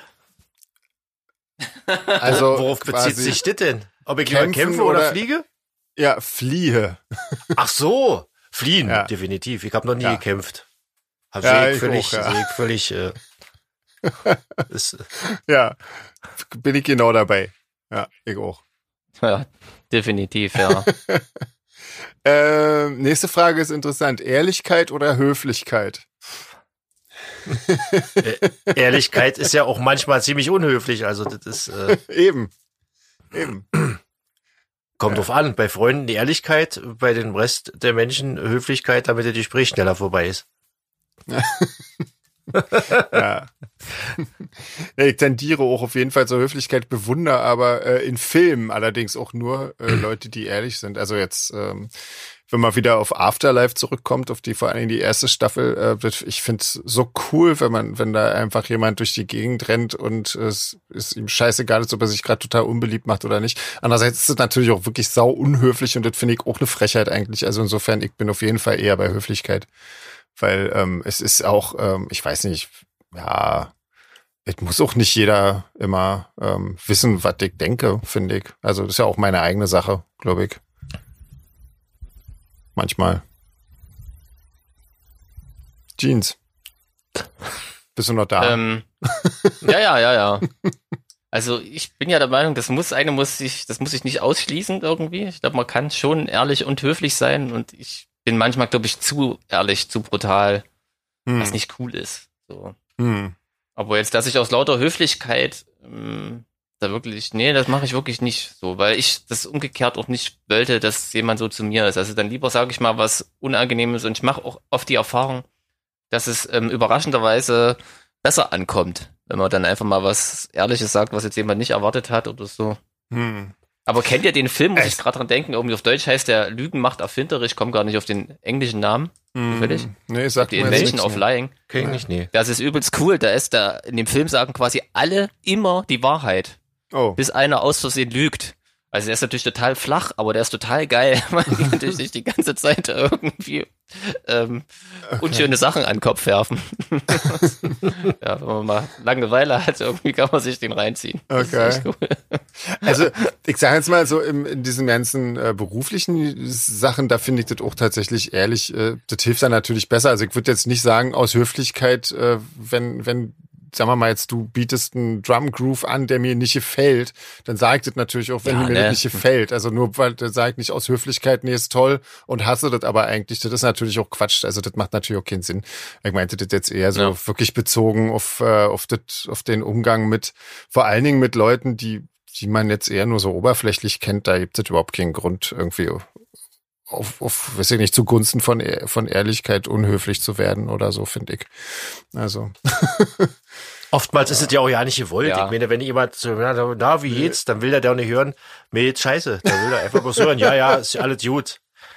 Also Worauf bezieht quasi, sich das denn? Ob ich lieber kämpfen kämpfe oder, oder- fliege? Ja, fliehe. Ach so, fliehen, Ja. definitiv. Ich habe noch nie Ja. gekämpft. Hab Ja, sehe ich ich völlig, auch, ja. sehe ich völlig, äh, ist, Ja, bin ich genau dabei. Ja, ich auch. Ja, definitiv, ja. Ähm, nächste Frage ist interessant. Ehrlichkeit oder Höflichkeit? äh, Ehrlichkeit ist ja auch manchmal ziemlich unhöflich. Also das ist, äh, Eben. Eben. kommt Ja. drauf an. Bei Freunden die Ehrlichkeit, bei dem Rest der Menschen Höflichkeit, damit der Gespräch schneller vorbei ist. Ja. Ich tendiere auch auf jeden Fall zur Höflichkeit, bewundere aber äh, in Filmen allerdings auch nur äh, Leute, die ehrlich sind. Also jetzt, ähm, wenn man wieder auf Afterlife zurückkommt, auf die vor allen Dingen die erste Staffel, äh, das- ich finde es so cool, wenn man, wenn da einfach jemand durch die Gegend rennt und es ist ihm scheißegal ist, ob er sich gerade total unbeliebt macht oder nicht. Andererseits ist es natürlich auch wirklich sau unhöflich und das finde ich auch eine Frechheit eigentlich. Also insofern, ich bin auf jeden Fall eher bei Höflichkeit. Weil ähm, es ist auch, ähm, ich weiß nicht, ja, es muss auch nicht jeder immer ähm, wissen, was ich denke, finde ich. Also das ist ja auch meine eigene Sache, glaube ich. Manchmal. Jeans. Bist du noch da? ähm, ja, ja, ja, ja. Also ich bin ja der Meinung, das muss eine muss sich, das muss sich nicht ausschließen irgendwie. Ich glaube, man kann schon ehrlich und höflich sein und ich bin manchmal, glaube ich, zu ehrlich, zu brutal, hm. was nicht cool ist. So. Hm. Aber jetzt, dass ich aus lauter Höflichkeit ähm, da wirklich, nee, das mache ich wirklich nicht so, weil ich das umgekehrt auch nicht wollte, dass jemand so zu mir ist. Also dann lieber sage ich mal was Unangenehmes und ich mache auch oft die Erfahrung, dass es ähm, überraschenderweise besser ankommt, wenn man dann einfach mal was Ehrliches sagt, was jetzt jemand nicht erwartet hat oder so. Hm. Aber kennt ihr den Film, muss Echt? ich gerade dran denken, irgendwie auf Deutsch heißt der Lügen macht erfinderisch, ich komme gar nicht auf den englischen Namen, zufällig. Hm. Nee, sag Die mir jetzt Invention nichts of mehr. Lying. Kenn ich nicht, nee. Das ist übelst cool, da ist da, in dem Film sagen quasi alle immer die Wahrheit, Oh. bis einer aus Versehen lügt. Also der ist natürlich total flach, aber der ist total geil, weil die natürlich nicht die ganze Zeit irgendwie ähm, unschöne Sachen an den Kopf werfen. Ja, wenn man mal Langeweile hat, irgendwie kann man sich den reinziehen. Das ist Okay. echt cool. Also ich sage jetzt mal so, im, in diesen ganzen äh, beruflichen Sachen, da finde ich das auch tatsächlich ehrlich, äh, das hilft dann natürlich besser. Also ich würde jetzt nicht sagen, aus Höflichkeit, äh, wenn, wenn, sagen wir mal jetzt, du bietest einen Drum-Groove an, der mir nicht gefällt, dann sage ich das natürlich auch, wenn Ja, mir ne? das nicht gefällt. Also nur, weil das sage ich nicht aus Höflichkeit, nee, ist toll und hasse das aber eigentlich, das ist natürlich auch Quatsch. Also das macht natürlich auch keinen Sinn. Ich meinte das jetzt eher so Ja. wirklich bezogen auf, äh, auf, das, auf den Umgang mit, vor allen Dingen mit Leuten, die die man jetzt eher nur so oberflächlich kennt, da gibt es überhaupt keinen Grund, irgendwie auf, auf, weiß ich nicht, zugunsten von, Ehr- von Ehrlichkeit unhöflich zu werden oder so, finde ich. Also, Oftmals ist es ja auch ja nicht gewollt. Ja. Ich meine, wenn jemand so, na, na wie geht's, dann will der da nicht hören, mir geht's scheiße. Dann will er einfach bloß hören, ja, ja, ist ja alles gut.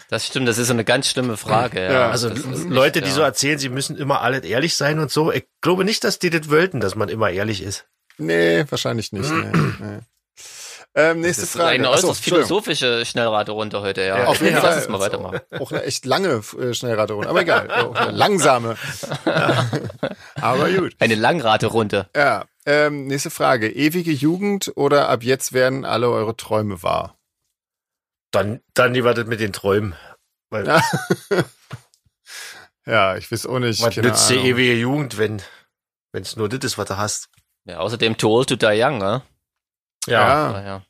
Das stimmt, das ist so eine ganz schlimme Frage. Ja. Ja, Also das ist Leute, echt, die ja. so erzählen, sie müssen immer alles ehrlich sein und so. Ich glaube nicht, dass die das wollten, dass man immer ehrlich ist. Nee, wahrscheinlich nicht. Nee, nee. Ähm, nächste Das ist Frage. eine Achso, äußerst philosophische Schnellraterunde heute, ja. Ja, auf jeden Lass Fall. uns mal weitermachen. Auch eine echt lange äh, Schnellraterunde, aber egal. Auch eine langsame. Aber gut. Eine Langraterunde. Ja. Ähm, nächste Frage. Ewige Jugend oder ab jetzt werden alle eure Träume wahr? Dann, dann lieber das mit den Träumen. Weil Ja. Ja, ich weiß auch nicht. was keine nützt die Ahnung. ewige Jugend, wenn wenn es nur das ist, was du hast? Ja, außerdem Too Old to Die Young, ne? Ja. Ah, ja.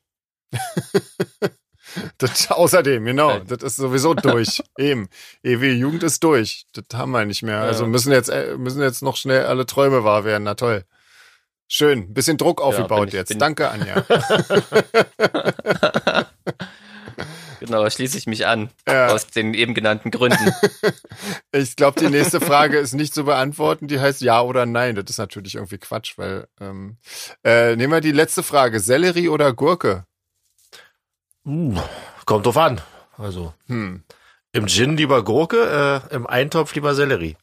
Das, außerdem, genau. Ja. Das ist sowieso durch. Eben. Ewige Jugend ist durch. Das haben wir nicht mehr. Ja. Also müssen jetzt, äh, müssen jetzt noch schnell alle Träume wahr werden. Na toll. Schön. Ein bisschen Druck aufgebaut bin ich- jetzt. bin- Danke, Anja. Genau, da schließe ich mich an. Ja. Aus den eben genannten Gründen. Ich glaube, die nächste Frage ist nicht zu beantworten. Die heißt ja oder nein. Das ist natürlich irgendwie Quatsch, weil ähm, äh, nehmen wir die letzte Frage. Sellerie oder Gurke? Uh, kommt drauf an. Also Hm. im Gin lieber Gurke, äh, im Eintopf lieber Sellerie.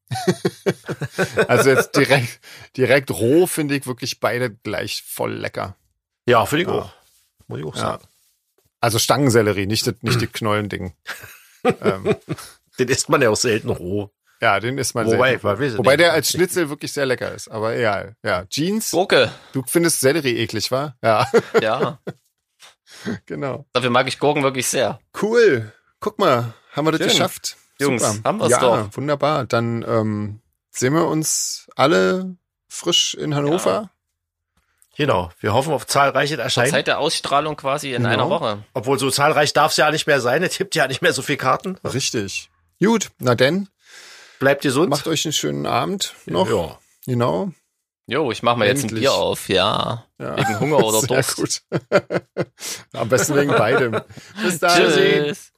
Also jetzt direkt, direkt roh finde ich wirklich beide gleich voll lecker. Ja, finde ich Ja. auch. Muss ich auch Ja. sagen. Also Stangensellerie, nicht, das- nicht die Knollending. ähm, Den isst man ja auch selten roh. ja, den isst man Wobei, selten. man weiß es Wobei nicht. der als Schnitzel wirklich sehr lecker ist. Aber egal. Ja, Jeans, Gurke. du findest Sellerie eklig, wa? Ja, Ja. genau. Dafür mag ich Gurken wirklich sehr. Cool. Guck mal, haben wir das Schön. geschafft. Jungs, Super. haben wir's ja, doch. wunderbar. Dann ähm, sehen wir uns alle frisch in Hannover. Genau. Wir hoffen auf zahlreiche Erscheinen. Zeit der Ausstrahlung quasi in Genau. einer Woche. Obwohl so zahlreich darf es ja nicht mehr sein. Es gibt ja nicht mehr so viele Karten. Richtig. Gut, na denn, Bleibt gesund. macht euch einen schönen Abend noch. Ja. Genau. Jo, ich mach mal jetzt ein Endlich. Bier auf, ja. Ja. Wegen Hunger oder Sehr Durst. gut. Am besten wegen beidem. Bis dann. Tschüss.